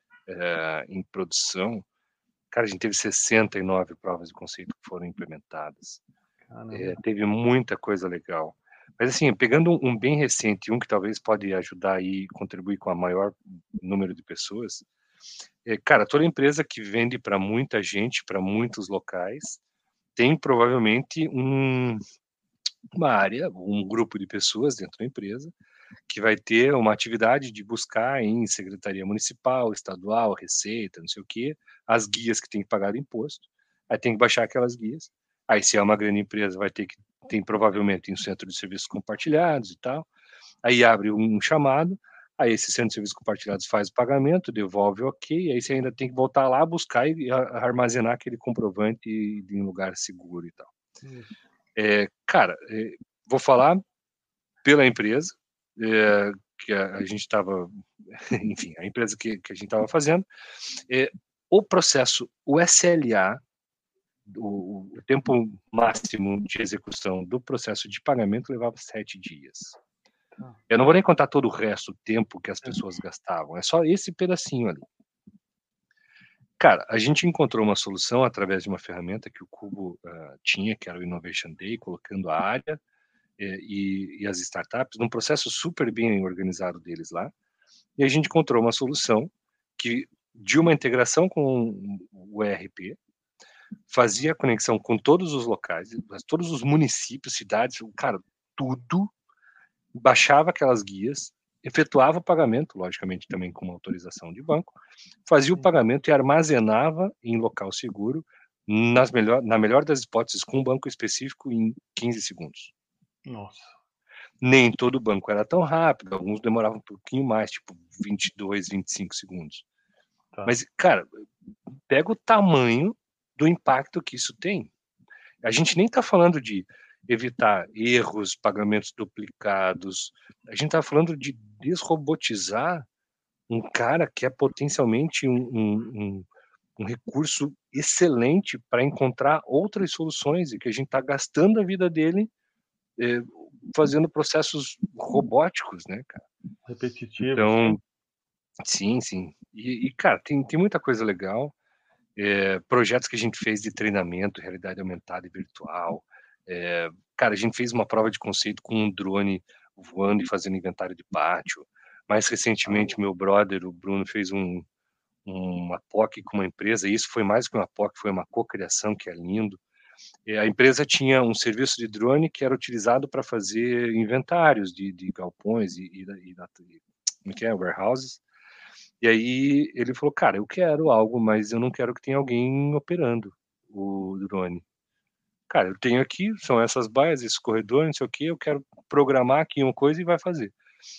é, em produção, cara, a gente teve sessenta e nove provas de conceito que foram implementadas. É, Caramba. teve muita coisa legal. Mas assim, pegando um bem recente, um que talvez pode ajudar aí, contribuir com a maior número de pessoas, é, cara, toda empresa que vende para muita gente, para muitos locais, tem provavelmente um, uma área, um grupo de pessoas dentro da empresa, que vai ter uma atividade de buscar em secretaria municipal, estadual, receita, não sei o quê, as guias que tem que pagar imposto, aí tem que baixar aquelas guias, aí se é uma grande empresa vai ter que, tem provavelmente um centro de serviços compartilhados e tal, aí abre um chamado, aí esse centro de serviços compartilhados faz o pagamento, devolve o ok, aí você ainda tem que voltar lá, buscar e armazenar aquele comprovante em um lugar seguro e tal. Isso. É, cara, é, vou falar pela empresa, é, que a, a gente estava, enfim, a empresa que, que a gente estava fazendo, é, o processo, o S L A, o, o tempo máximo de execução do processo de pagamento levava sete dias. Tá. Eu não vou nem contar todo o resto do tempo que as pessoas gastavam, é só esse pedacinho ali. Cara, a gente encontrou uma solução através de uma ferramenta que o Cubo uh, tinha, que era o Innovation Day, colocando a área eh, e, e as startups num processo super bem organizado deles lá. E a gente encontrou uma solução que, de uma integração com o E R P, fazia a conexão com todos os locais, todos os municípios, cidades, cara, tudo, baixava aquelas guias, efetuava o pagamento, logicamente também com uma autorização de banco, fazia o pagamento e armazenava em local seguro, nas melhor, na melhor das hipóteses, com um banco específico em quinze segundos. Nossa. Nem todo banco era tão rápido, alguns demoravam um pouquinho mais, tipo vinte e dois, vinte e cinco segundos. Tá. Mas, cara, pega o tamanho do impacto que isso tem. A gente nem está falando de evitar erros, pagamentos duplicados. A gente está falando de desrobotizar um cara que é potencialmente um, um, um, um recurso excelente para encontrar outras soluções e que a gente está gastando a vida dele eh, fazendo processos robóticos, né, cara? Repetitivo, sim. Então, sim, sim. E, e, cara, tem, tem muita coisa legal. É, projetos que a gente fez de treinamento, realidade aumentada e virtual. É, cara, a gente fez uma prova de conceito com um drone voando e fazendo inventário de pátio. Mais recentemente, meu brother, o Bruno, fez um, uma P O C com uma empresa, e isso foi mais que uma P O C, foi uma cocriação, que é lindo. É, a empresa tinha um serviço de drone que era utilizado para fazer inventários de, de galpões e, e, e, e como que é, warehouses. E aí ele falou, cara, eu quero algo, mas eu não quero que tenha alguém operando o drone. Cara, eu tenho aqui, são essas baias, esses corredores, não sei o que, eu quero programar aqui uma coisa e vai fazer.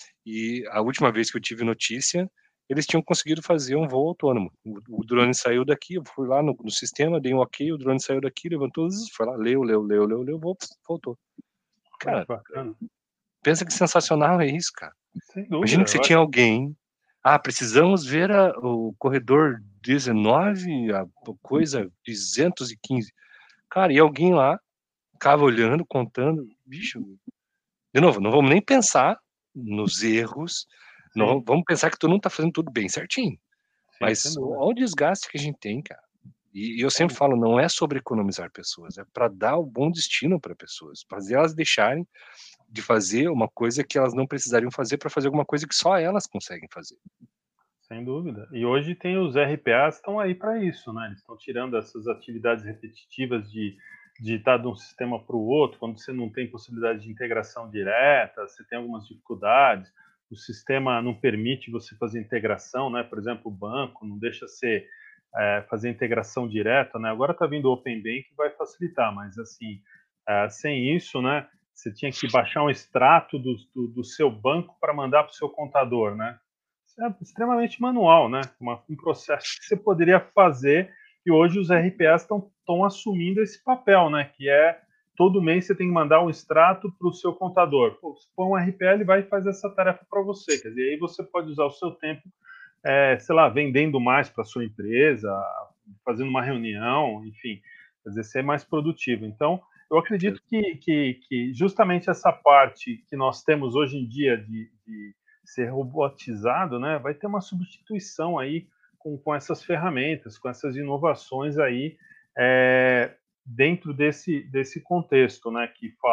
E a última vez que eu tive notícia, eles tinham conseguido fazer um voo autônomo. O, o drone saiu daqui, eu fui lá no, no sistema, dei um ok, o drone saiu daqui, levantou, foi lá, leu, leu, leu, leu, leu, voltou. Olha Cara, que bacana. pensa que sensacional é isso, cara. Sem dúvida. Imagina que você Eu tinha acho. alguém, ah, precisamos ver a, o corredor dezenove, a coisa duzentos e quinze. Cara, e alguém lá, ficava olhando, contando, bicho, de novo, não vamos nem pensar nos erros, não, Sim, vamos pensar que tu não tá fazendo tudo bem certinho. sim, sem Mas dúvida. olha o desgaste que a gente tem, cara. E, e eu Sem sempre falo, não é sobre economizar pessoas, é para dar o bom destino para pessoas, fazer elas deixarem de fazer uma coisa que elas não precisariam fazer para fazer alguma coisa que só elas conseguem fazer. Sem dúvida. E hoje tem os R P As estão aí para isso, né? Eles estão tirando essas atividades repetitivas de de estar de um sistema para o outro, quando você não tem possibilidade de integração direta, você tem algumas dificuldades, o sistema não permite você fazer integração, né? Por exemplo, o banco não deixa você é, fazer integração direta, né? Agora está vindo o Open Bank que vai facilitar, mas assim, é, sem isso, né? Você tinha que baixar um extrato do, do, do seu banco para mandar para o seu contador, né? É extremamente manual, né? Uma, um processo que você poderia fazer e hoje os R P As estão assumindo esse papel, né? Que é todo mês você tem que mandar um extrato para o seu contador. Pô, se for um R P A, ele vai e faz essa tarefa para você. Quer dizer, aí você pode usar o seu tempo, é, sei lá, vendendo mais para sua empresa, fazendo uma reunião, enfim, quer dizer, ser mais produtivo. Então, eu acredito que, que, que justamente essa parte que nós temos hoje em dia de, de ser robotizado, né, vai ter uma substituição aí com, com essas ferramentas, com essas inovações aí é, dentro desse, desse contexto, né, que fala.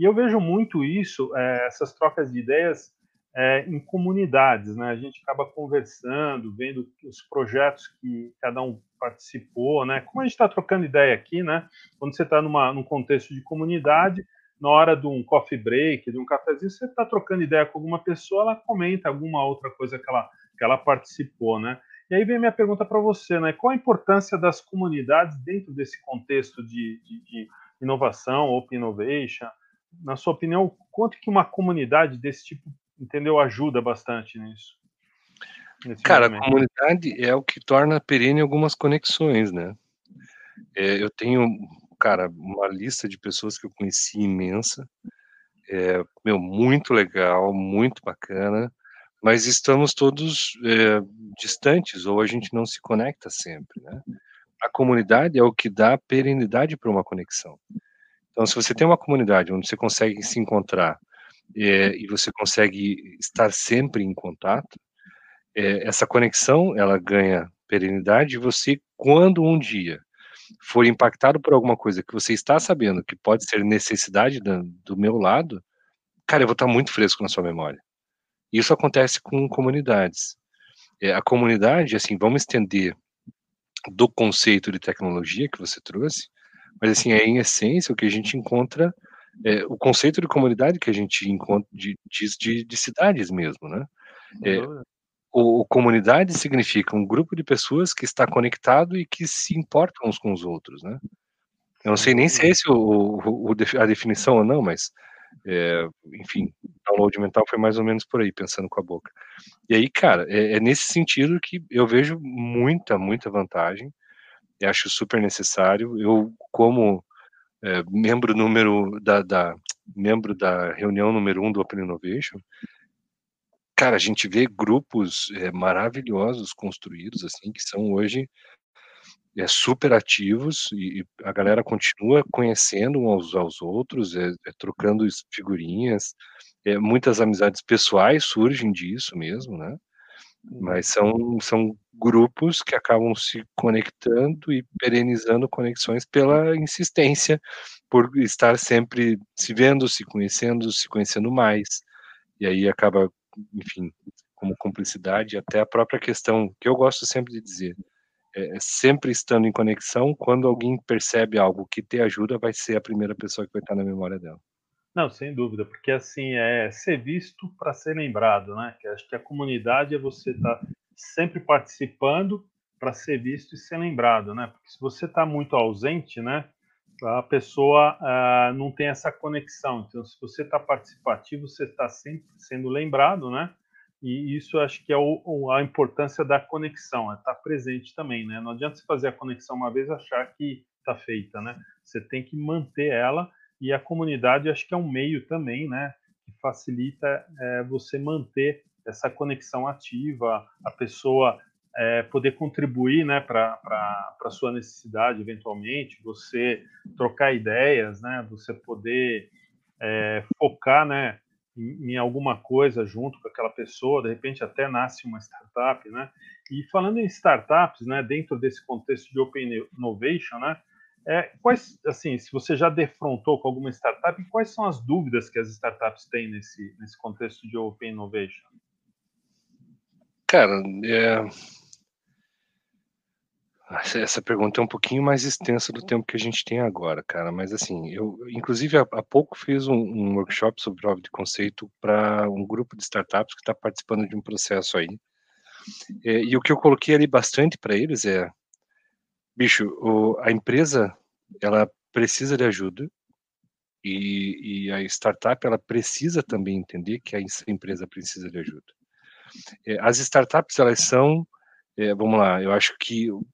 E eu vejo muito isso, é, essas trocas de ideias é, em comunidades, né? A gente acaba conversando, vendo os projetos que cada um participou, né? Como a gente está trocando ideia aqui, né? Quando você está num contexto de comunidade, na hora de um coffee break, de um cafezinho, você está trocando ideia com alguma pessoa, ela comenta alguma outra coisa que ela, que ela participou, né? E aí vem minha pergunta para você, né? Qual a importância das comunidades dentro desse contexto de, de, de inovação, open innovation? Na sua opinião, quanto que uma comunidade desse tipo, entendeu, ajuda bastante nisso, nesse Cara, a movimento? comunidade é o que torna perene algumas conexões, né? É, eu tenho, cara, uma lista de pessoas que eu conheci imensa, é, meu, muito legal, muito bacana, mas estamos todos é, distantes ou a gente não se conecta sempre, né? A comunidade é o que dá perenidade para uma conexão. Então, se você tem uma comunidade onde você consegue se encontrar é, e você consegue estar sempre em contato, é, essa conexão ela ganha perenidade e você, quando um dia for impactado por alguma coisa que você está sabendo que pode ser necessidade da, do meu lado, cara, eu vou estar muito fresco na sua memória. Isso acontece com comunidades. É, a comunidade, assim, vamos estender do conceito de tecnologia que você trouxe, mas assim, é em essência o que a gente encontra, é, o conceito de comunidade que a gente encontra de, de, de cidades mesmo, né? Sem É, dúvida. o, o comunidade significa um grupo de pessoas que está conectado e que se importam uns com os outros, né? Eu não Sem sei nem se é dúvida. esse o, o, o, a definição ou não, mas, é, enfim, download mental foi mais ou menos por aí, pensando com a boca. E aí, cara, é, é nesse sentido que eu vejo muita, muita vantagem. Eu acho super necessário. Eu, como é, membro número da, da membro da reunião número um do Open Innovation, cara, a gente vê grupos é, maravilhosos construídos assim que são hoje é, super ativos e, e a galera continua conhecendo uns aos outros, é, é, trocando figurinhas, é, muitas amizades pessoais surgem disso mesmo, né? Uhum. Mas são são grupos que acabam se conectando e perenizando conexões pela insistência, por estar sempre se vendo, se conhecendo, se conhecendo mais, e aí acaba, enfim, como cumplicidade, até a própria questão que eu gosto sempre de dizer, é é sempre estando em conexão, quando alguém percebe algo que te ajuda, vai ser a primeira pessoa que vai estar na memória dela. Não, sem dúvida, porque assim é ser visto para ser lembrado, né? Que acho que a comunidade é você estar tá sempre participando para ser visto e ser lembrado, né? Porque se você está muito ausente, né, a pessoa ah, não tem essa conexão. Então, se você está participativo, você está sempre sendo lembrado, né? E isso acho que é o, a importância da conexão, é estar tá presente também, né? Não adianta você fazer a conexão uma vez e achar que está feita, né? Você tem que manter ela e a comunidade acho que é um meio também, né, que facilita é, você manter essa conexão ativa, a pessoa é, poder contribuir, né, para a sua necessidade, eventualmente, você trocar ideias, né, você poder é, focar, né, em, em alguma coisa junto com aquela pessoa, de repente até nasce uma startup, né, e falando em startups, né, dentro desse contexto de Open Innovation, né, é, quais, assim, se você já defrontou com alguma startup, quais são as dúvidas que as startups têm nesse, nesse contexto de Open Innovation? Cara, é... essa pergunta é um pouquinho mais extensa do tempo que a gente tem agora, cara, mas assim, eu inclusive há, há pouco fiz um, um workshop sobre prova de conceito para um grupo de startups que está participando de um processo aí. É, e o que eu coloquei ali bastante para eles é, bicho, o, a empresa ela precisa de ajuda e, e a startup ela precisa também entender que a empresa precisa de ajuda. É, as startups elas são, é, vamos lá, eu acho que o,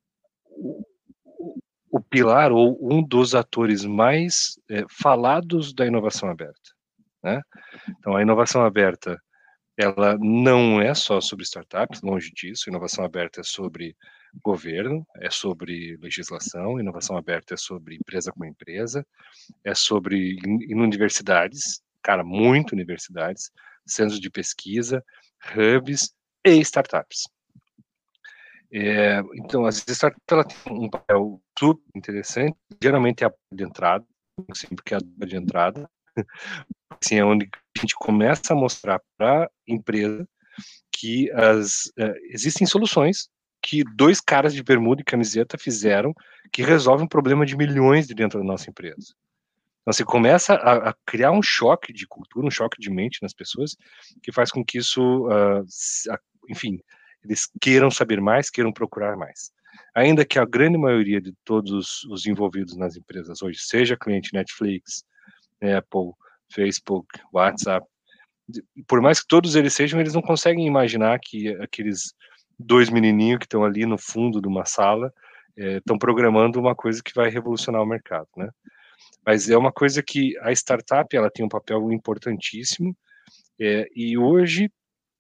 o, o pilar ou um dos atores mais é, falados da inovação aberta, né? Então a inovação aberta ela não é só sobre startups, longe disso. Inovação aberta é sobre governo, é sobre legislação, inovação aberta é sobre empresa com empresa, é sobre em, em universidades, cara, muito universidades, centros de pesquisa, hubs e startups. É, então, as startups ela têm um papel super interessante, geralmente é a porta de entrada, sempre que é a porta de entrada, Assim, é onde a gente começa a mostrar para a empresa que as, uh, existem soluções que dois caras de bermuda e camiseta fizeram que resolvem um problema de milhões de dentro da nossa empresa. Então, você começa a, a criar um choque de cultura, um choque de mente nas pessoas, que faz com que isso, uh, enfim, eles queiram saber mais, queiram procurar mais. Ainda que a grande maioria de todos os envolvidos nas empresas hoje, seja cliente Netflix, Apple, Facebook, WhatsApp, por mais que todos eles sejam, eles não conseguem imaginar que aqueles dois menininhos que estão ali no fundo de uma sala estão é, programando uma coisa que vai revolucionar o mercado, né? Mas é uma coisa que a startup ela tem um papel importantíssimo é, e hoje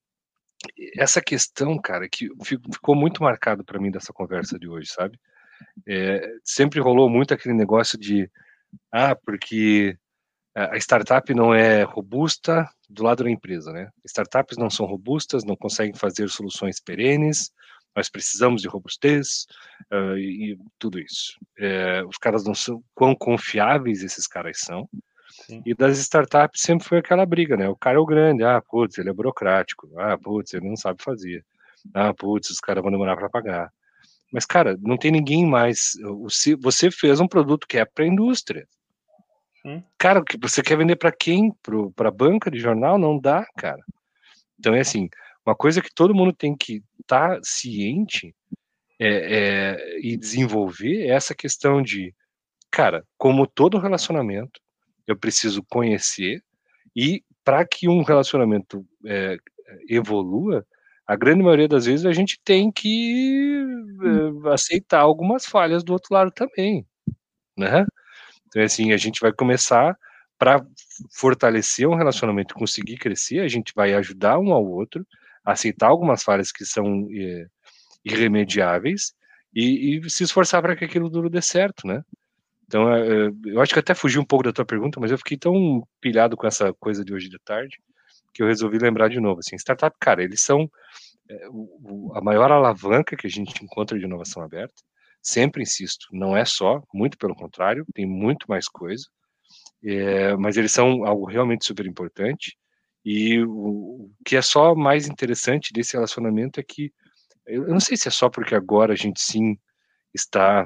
essa questão, cara, que ficou muito marcado para mim dessa conversa de hoje, sabe? É, sempre rolou muito aquele negócio de ah, porque a startup não é robusta do lado da empresa, né? Startups não são robustas, não conseguem fazer soluções perenes, nós precisamos de robustez uh, e, e tudo isso. É, os caras não são quão confiáveis esses caras são. Sim. E das startups sempre foi aquela briga, né? O cara é o grande, ah, putz, ele é burocrático, ah, putz, ele não sabe fazer, ah, putz, os caras vão demorar para pagar. Mas, cara, não tem ninguém mais. Você fez um produto que é para a indústria. Hum. Cara, o que você quer vender para quem? Para a banca de jornal? Não dá, cara. Então é assim, uma coisa que todo mundo tem que estar tá ciente é, é, e desenvolver é essa questão de, cara, como todo relacionamento, eu preciso conhecer e para que um relacionamento é, evolua, a grande maioria das vezes a gente tem que é, aceitar algumas falhas do outro lado também, né? Então, assim, a gente vai começar para fortalecer um relacionamento, conseguir crescer, a gente vai ajudar um ao outro, aceitar algumas falhas que são é, irremediáveis e, e se esforçar para que aquilo duro dê certo, né? Então, é, eu acho que até fugi um pouco da tua pergunta, mas eu fiquei tão pilhado com essa coisa de hoje de tarde que eu resolvi lembrar de novo. Assim, startup, cara, eles são é, o, a maior alavanca que a gente encontra de inovação aberta. Sempre insisto, não é só, muito pelo contrário, tem muito mais coisa, é, mas eles são algo realmente super importante. E o, o que é só mais interessante desse relacionamento é que, eu, eu não sei se é só porque agora a gente sim está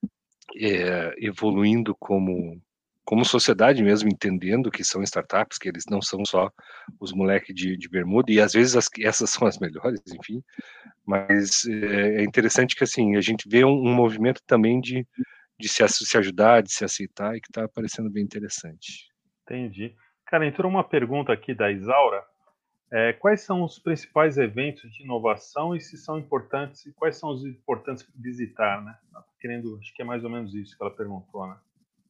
é, evoluindo como como sociedade mesmo, entendendo que são startups, que eles não são só os moleques de, de bermuda, e às vezes as, essas são as melhores, enfim, mas é, é interessante que assim, a gente vê um, um movimento também de, de se, se ajudar, de se aceitar, e que está parecendo bem interessante. Entendi. Cara, entrou uma pergunta aqui da Isaura, é, quais são os principais eventos de inovação e se são importantes, e quais são os importantes visitar, né? Ela tá querendo, acho que é mais ou menos isso que ela perguntou, né?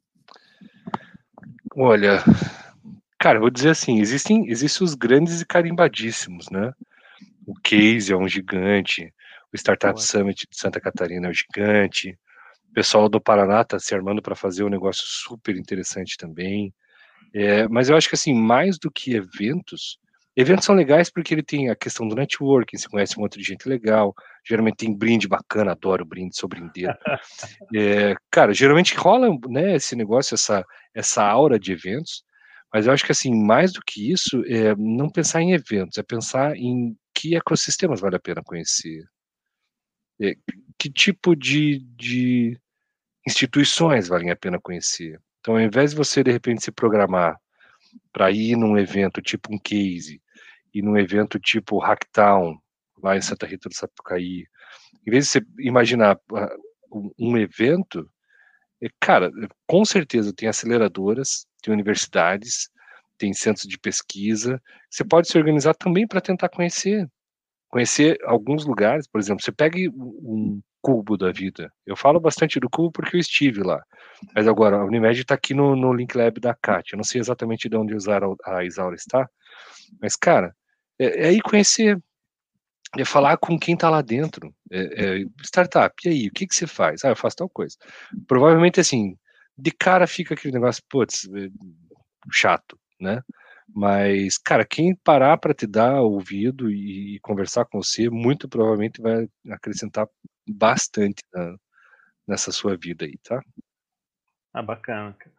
Olha, cara, eu vou dizer assim, existem, existem os grandes e carimbadíssimos, né? O Case é um gigante, o Startup Boa. Summit de Santa Catarina é um gigante, o pessoal do Paraná está se armando para fazer um negócio super interessante também. É, mas eu acho que assim, mais do que eventos, eventos são legais porque ele tem a questão do networking, você conhece um monte de gente legal, geralmente tem brinde bacana, adoro brinde, sou brindeiro. É, cara, geralmente rola, né, esse negócio, essa, essa aura de eventos, mas eu acho que assim, mais do que isso, é não pensar em eventos, é pensar em que ecossistemas vale a pena conhecer. É, que tipo de, de instituições valem a pena conhecer. Então, ao invés de você, de repente, se programar para ir num evento tipo um Case, e num evento tipo Hacktown, lá em Santa Rita do Sapucaí, em vez de você imaginar uh, um evento, cara, com certeza tem aceleradoras, tem universidades, tem centros de pesquisa, você pode se organizar também para tentar conhecer, conhecer alguns lugares, por exemplo, você pega um Cubo da vida, eu falo bastante do Cubo porque eu estive lá, mas agora a Unimed está aqui no, no Link Lab da C A T, eu não sei exatamente de onde a Isaura está, mas cara, é, é ir conhecer, é falar com quem está lá dentro, é, é, startup, e aí, o que que você faz? Ah, eu faço tal coisa. Provavelmente assim, de cara fica aquele negócio, putz, chato, né? Mas, cara, quem parar para te dar ouvido e, e conversar com você, muito provavelmente vai acrescentar bastante na, nessa sua vida aí, tá? Ah, bacana.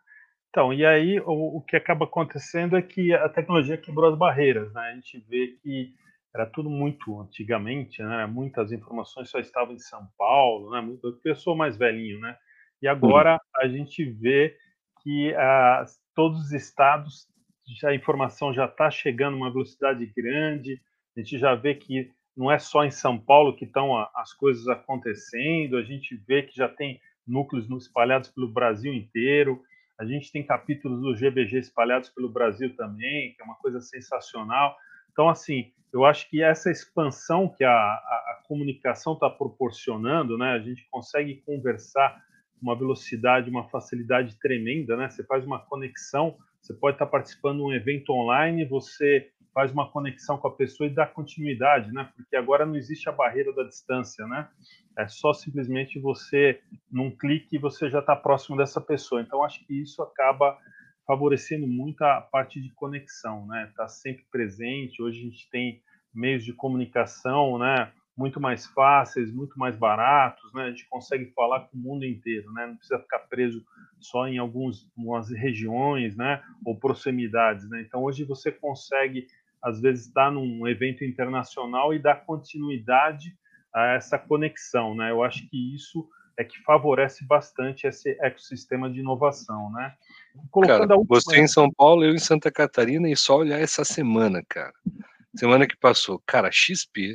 Então, e aí o, o que acaba acontecendo é que a tecnologia quebrou as barreiras, né? A gente vê que era tudo muito antigamente, né? Muitas informações só estavam em São Paulo, né? Muito, eu sou mais velhinho, né? E Uhum. agora a gente vê que ah, todos os estados já a informação já está chegando a uma velocidade grande. A gente já vê que não é só em São Paulo que estão as coisas acontecendo. A gente vê que já tem núcleos espalhados pelo Brasil inteiro. A gente tem capítulos do G B G espalhados pelo Brasil também, que é uma coisa sensacional. Então, assim, eu acho que essa expansão que a, a, a comunicação está proporcionando, né? A gente consegue conversar com uma velocidade, uma facilidade tremenda, né? Você faz uma conexão, você pode estar participando de um evento online, você faz uma conexão com a pessoa e dá continuidade, né? Porque agora não existe a barreira da distância, né? É só simplesmente você, num clique, você já está próximo dessa pessoa. Então, acho que isso acaba favorecendo muito a parte de conexão, né? Está sempre presente. Hoje a gente tem meios de comunicação, né? Muito mais fáceis, muito mais baratos, né? A gente consegue falar com o mundo inteiro, né? Não precisa ficar preso só em alguns, algumas regiões, né? Ou proximidades, né? Então, hoje você consegue, às vezes, estar num evento internacional e dar continuidade a essa conexão, né? Eu acho que isso é que favorece bastante esse ecossistema de inovação, né? Cara, Colocando a você última... em São Paulo, eu em Santa Catarina, e só olhar essa semana, cara. Semana que passou, cara, a X P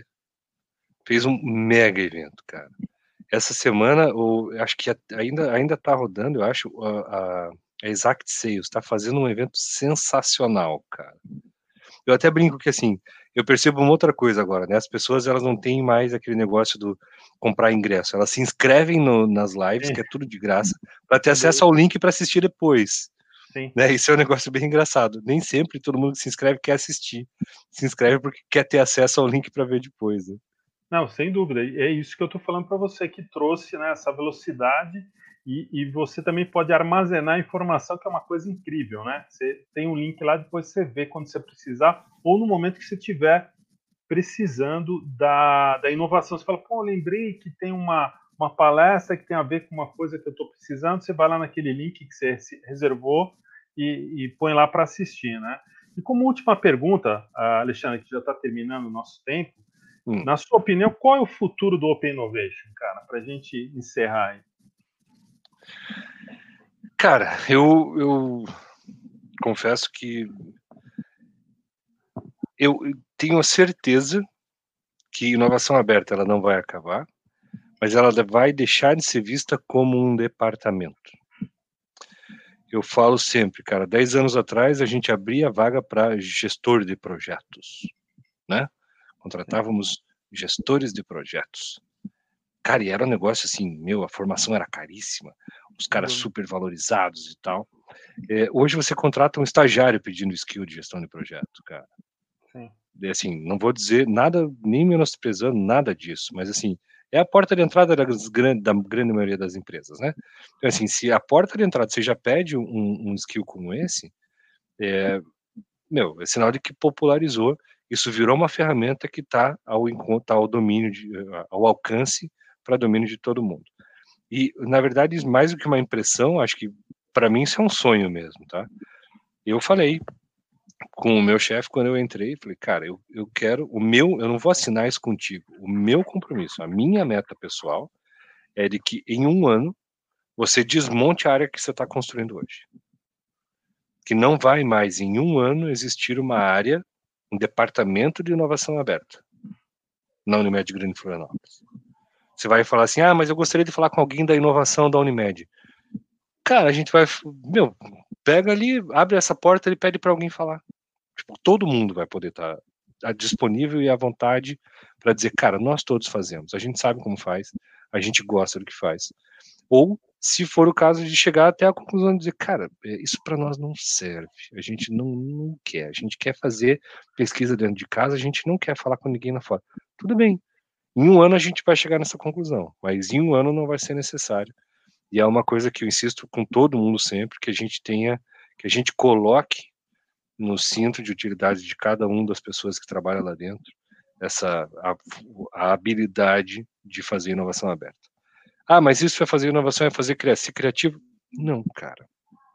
fez um mega evento, cara. Essa semana, ou acho que ainda ainda tá rodando, eu acho, a, a, a Exact Sales tá fazendo um evento sensacional, cara. Eu até brinco que assim, eu percebo uma outra coisa agora, né? As pessoas elas não têm mais aquele negócio do comprar ingresso, elas se inscrevem no, nas lives, Sim, que é tudo de graça, para ter tudo acesso ao link para assistir depois. sim. Né? Isso é um negócio bem engraçado. Nem sempre todo mundo que se inscreve quer assistir. Se inscreve porque quer ter acesso ao link para ver depois. Né? Não, sem dúvida. É isso que eu estou falando para você, que trouxe, né, essa velocidade e, e, você também pode armazenar informação, que é uma coisa incrível, né? Você tem um link lá, depois você vê quando você precisar, ou no momento que você estiver precisando da, da inovação. Você fala, pô, lembrei que tem uma, uma palestra que tem a ver com uma coisa que eu estou precisando, você vai lá naquele link que você reservou e, e põe lá para assistir, né? E como última pergunta, Alexandre, que já está terminando o nosso tempo, Hum. na sua opinião, qual é o futuro do Open Innovation, cara, para a gente encerrar aí? Cara, eu, eu confesso que eu tenho a certeza que inovação aberta ela não vai acabar, mas ela vai deixar de ser vista como um departamento. Eu falo sempre, cara, dez anos atrás a gente abria vaga para gestor de projetos, né? Contratávamos gestores de projetos. Cara, e era um negócio assim, meu, a formação era caríssima, os caras super valorizados e tal. É, hoje você contrata um estagiário pedindo skill de gestão de projeto, cara. Sim. É, assim, não vou dizer nada, nem menosprezando nada disso, mas assim, é a porta de entrada das, da grande maioria das empresas, né? Então, assim, se a porta de entrada você já pede um, um skill como esse, é, meu, é sinal de que popularizou, isso virou uma ferramenta que está ao encontro, tá ao domínio, de, ao alcance para domínio de todo mundo. E, na verdade, mais do que uma impressão, acho que para mim isso é um sonho mesmo, tá? Eu falei com o meu chefe quando eu entrei, falei, cara, eu, eu quero, o meu, eu não vou assinar isso contigo, o meu compromisso, a minha meta pessoal é de que em um ano você desmonte a área que você está construindo hoje. Que não vai mais, em um ano, existir uma área, um departamento de inovação aberta na Unimed Grande Florianópolis. Você vai falar assim, ah, mas eu gostaria de falar com alguém da inovação da Unimed. Cara, a gente vai, meu, pega ali, abre essa porta e pede para alguém falar. Tipo, todo mundo vai poder estar tá disponível e à vontade para dizer, cara, nós todos fazemos, a gente sabe como faz, a gente gosta do que faz. Ou, se for o caso de chegar até a conclusão de dizer, cara, isso para nós não serve, a gente não, não quer, a gente quer fazer pesquisa dentro de casa, a gente não quer falar com ninguém lá fora. Tudo bem, em um ano a gente vai chegar nessa conclusão, mas em um ano não vai ser necessário. E é uma coisa que eu insisto com todo mundo sempre, que a gente tenha, que a gente coloque no cinto de utilidade de cada uma das pessoas que trabalham lá dentro, essa a, a habilidade de fazer inovação aberta. Ah, mas isso é fazer inovação, é fazer ser criativo? Não, cara.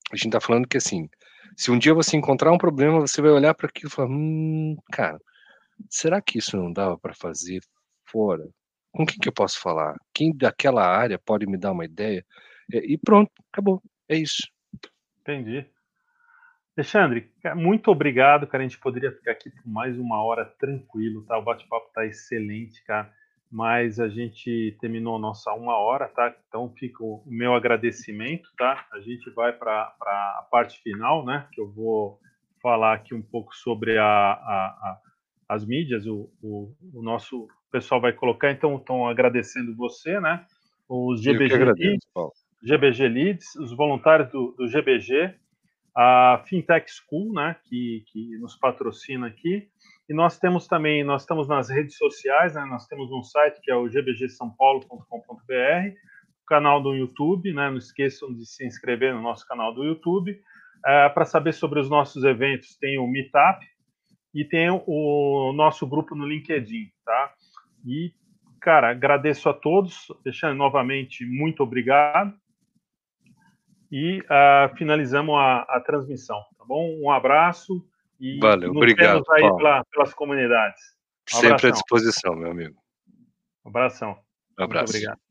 a gente está falando que, assim, se um dia você encontrar um problema, você vai olhar para aquilo e falar: "Hum, cara, será que isso não dava para fazer fora? Com quem que eu posso falar? Quem daquela área pode me dar uma ideia?" E e pronto, acabou, é isso. Entendi. Alexandre, ca muito obrigado, cara, a gente poderia ficar aqui por mais uma hora tranquilo, tá, o bate-papo tá excelente, cara, mas a gente terminou a nossa uma hora, tá, então fica o meu agradecimento, tá, a gente vai pra pra a parte final, né, que eu vou falar aqui um pouco sobre a a a as mídias, o o o nosso pessoal vai colocar, então estão agradecendo você, né, os Eu que GBG Leads agradeço, Paulo. GBG Leads, os voluntários do do G B G, a Fintech School, né, que, que nos patrocina aqui, e nós temos também, nós estamos nas redes sociais, né, nós temos um site que é o g b g são paulo ponto com ponto b r, o canal do YouTube, né, não esqueçam de se inscrever no nosso canal do YouTube, é, para saber sobre os nossos eventos, tem o Meetup e tem o nosso grupo no LinkedIn, tá? E, cara, agradeço a todos, deixando novamente muito obrigado, e uh, finalizamos a, a transmissão, tá bom? Um abraço e Valeu, nos obrigado, vemos aí Paulo. pela, pelas comunidades. Um Sempre à abração. disposição, meu amigo. Um abração. Um Muito abraço. obrigado.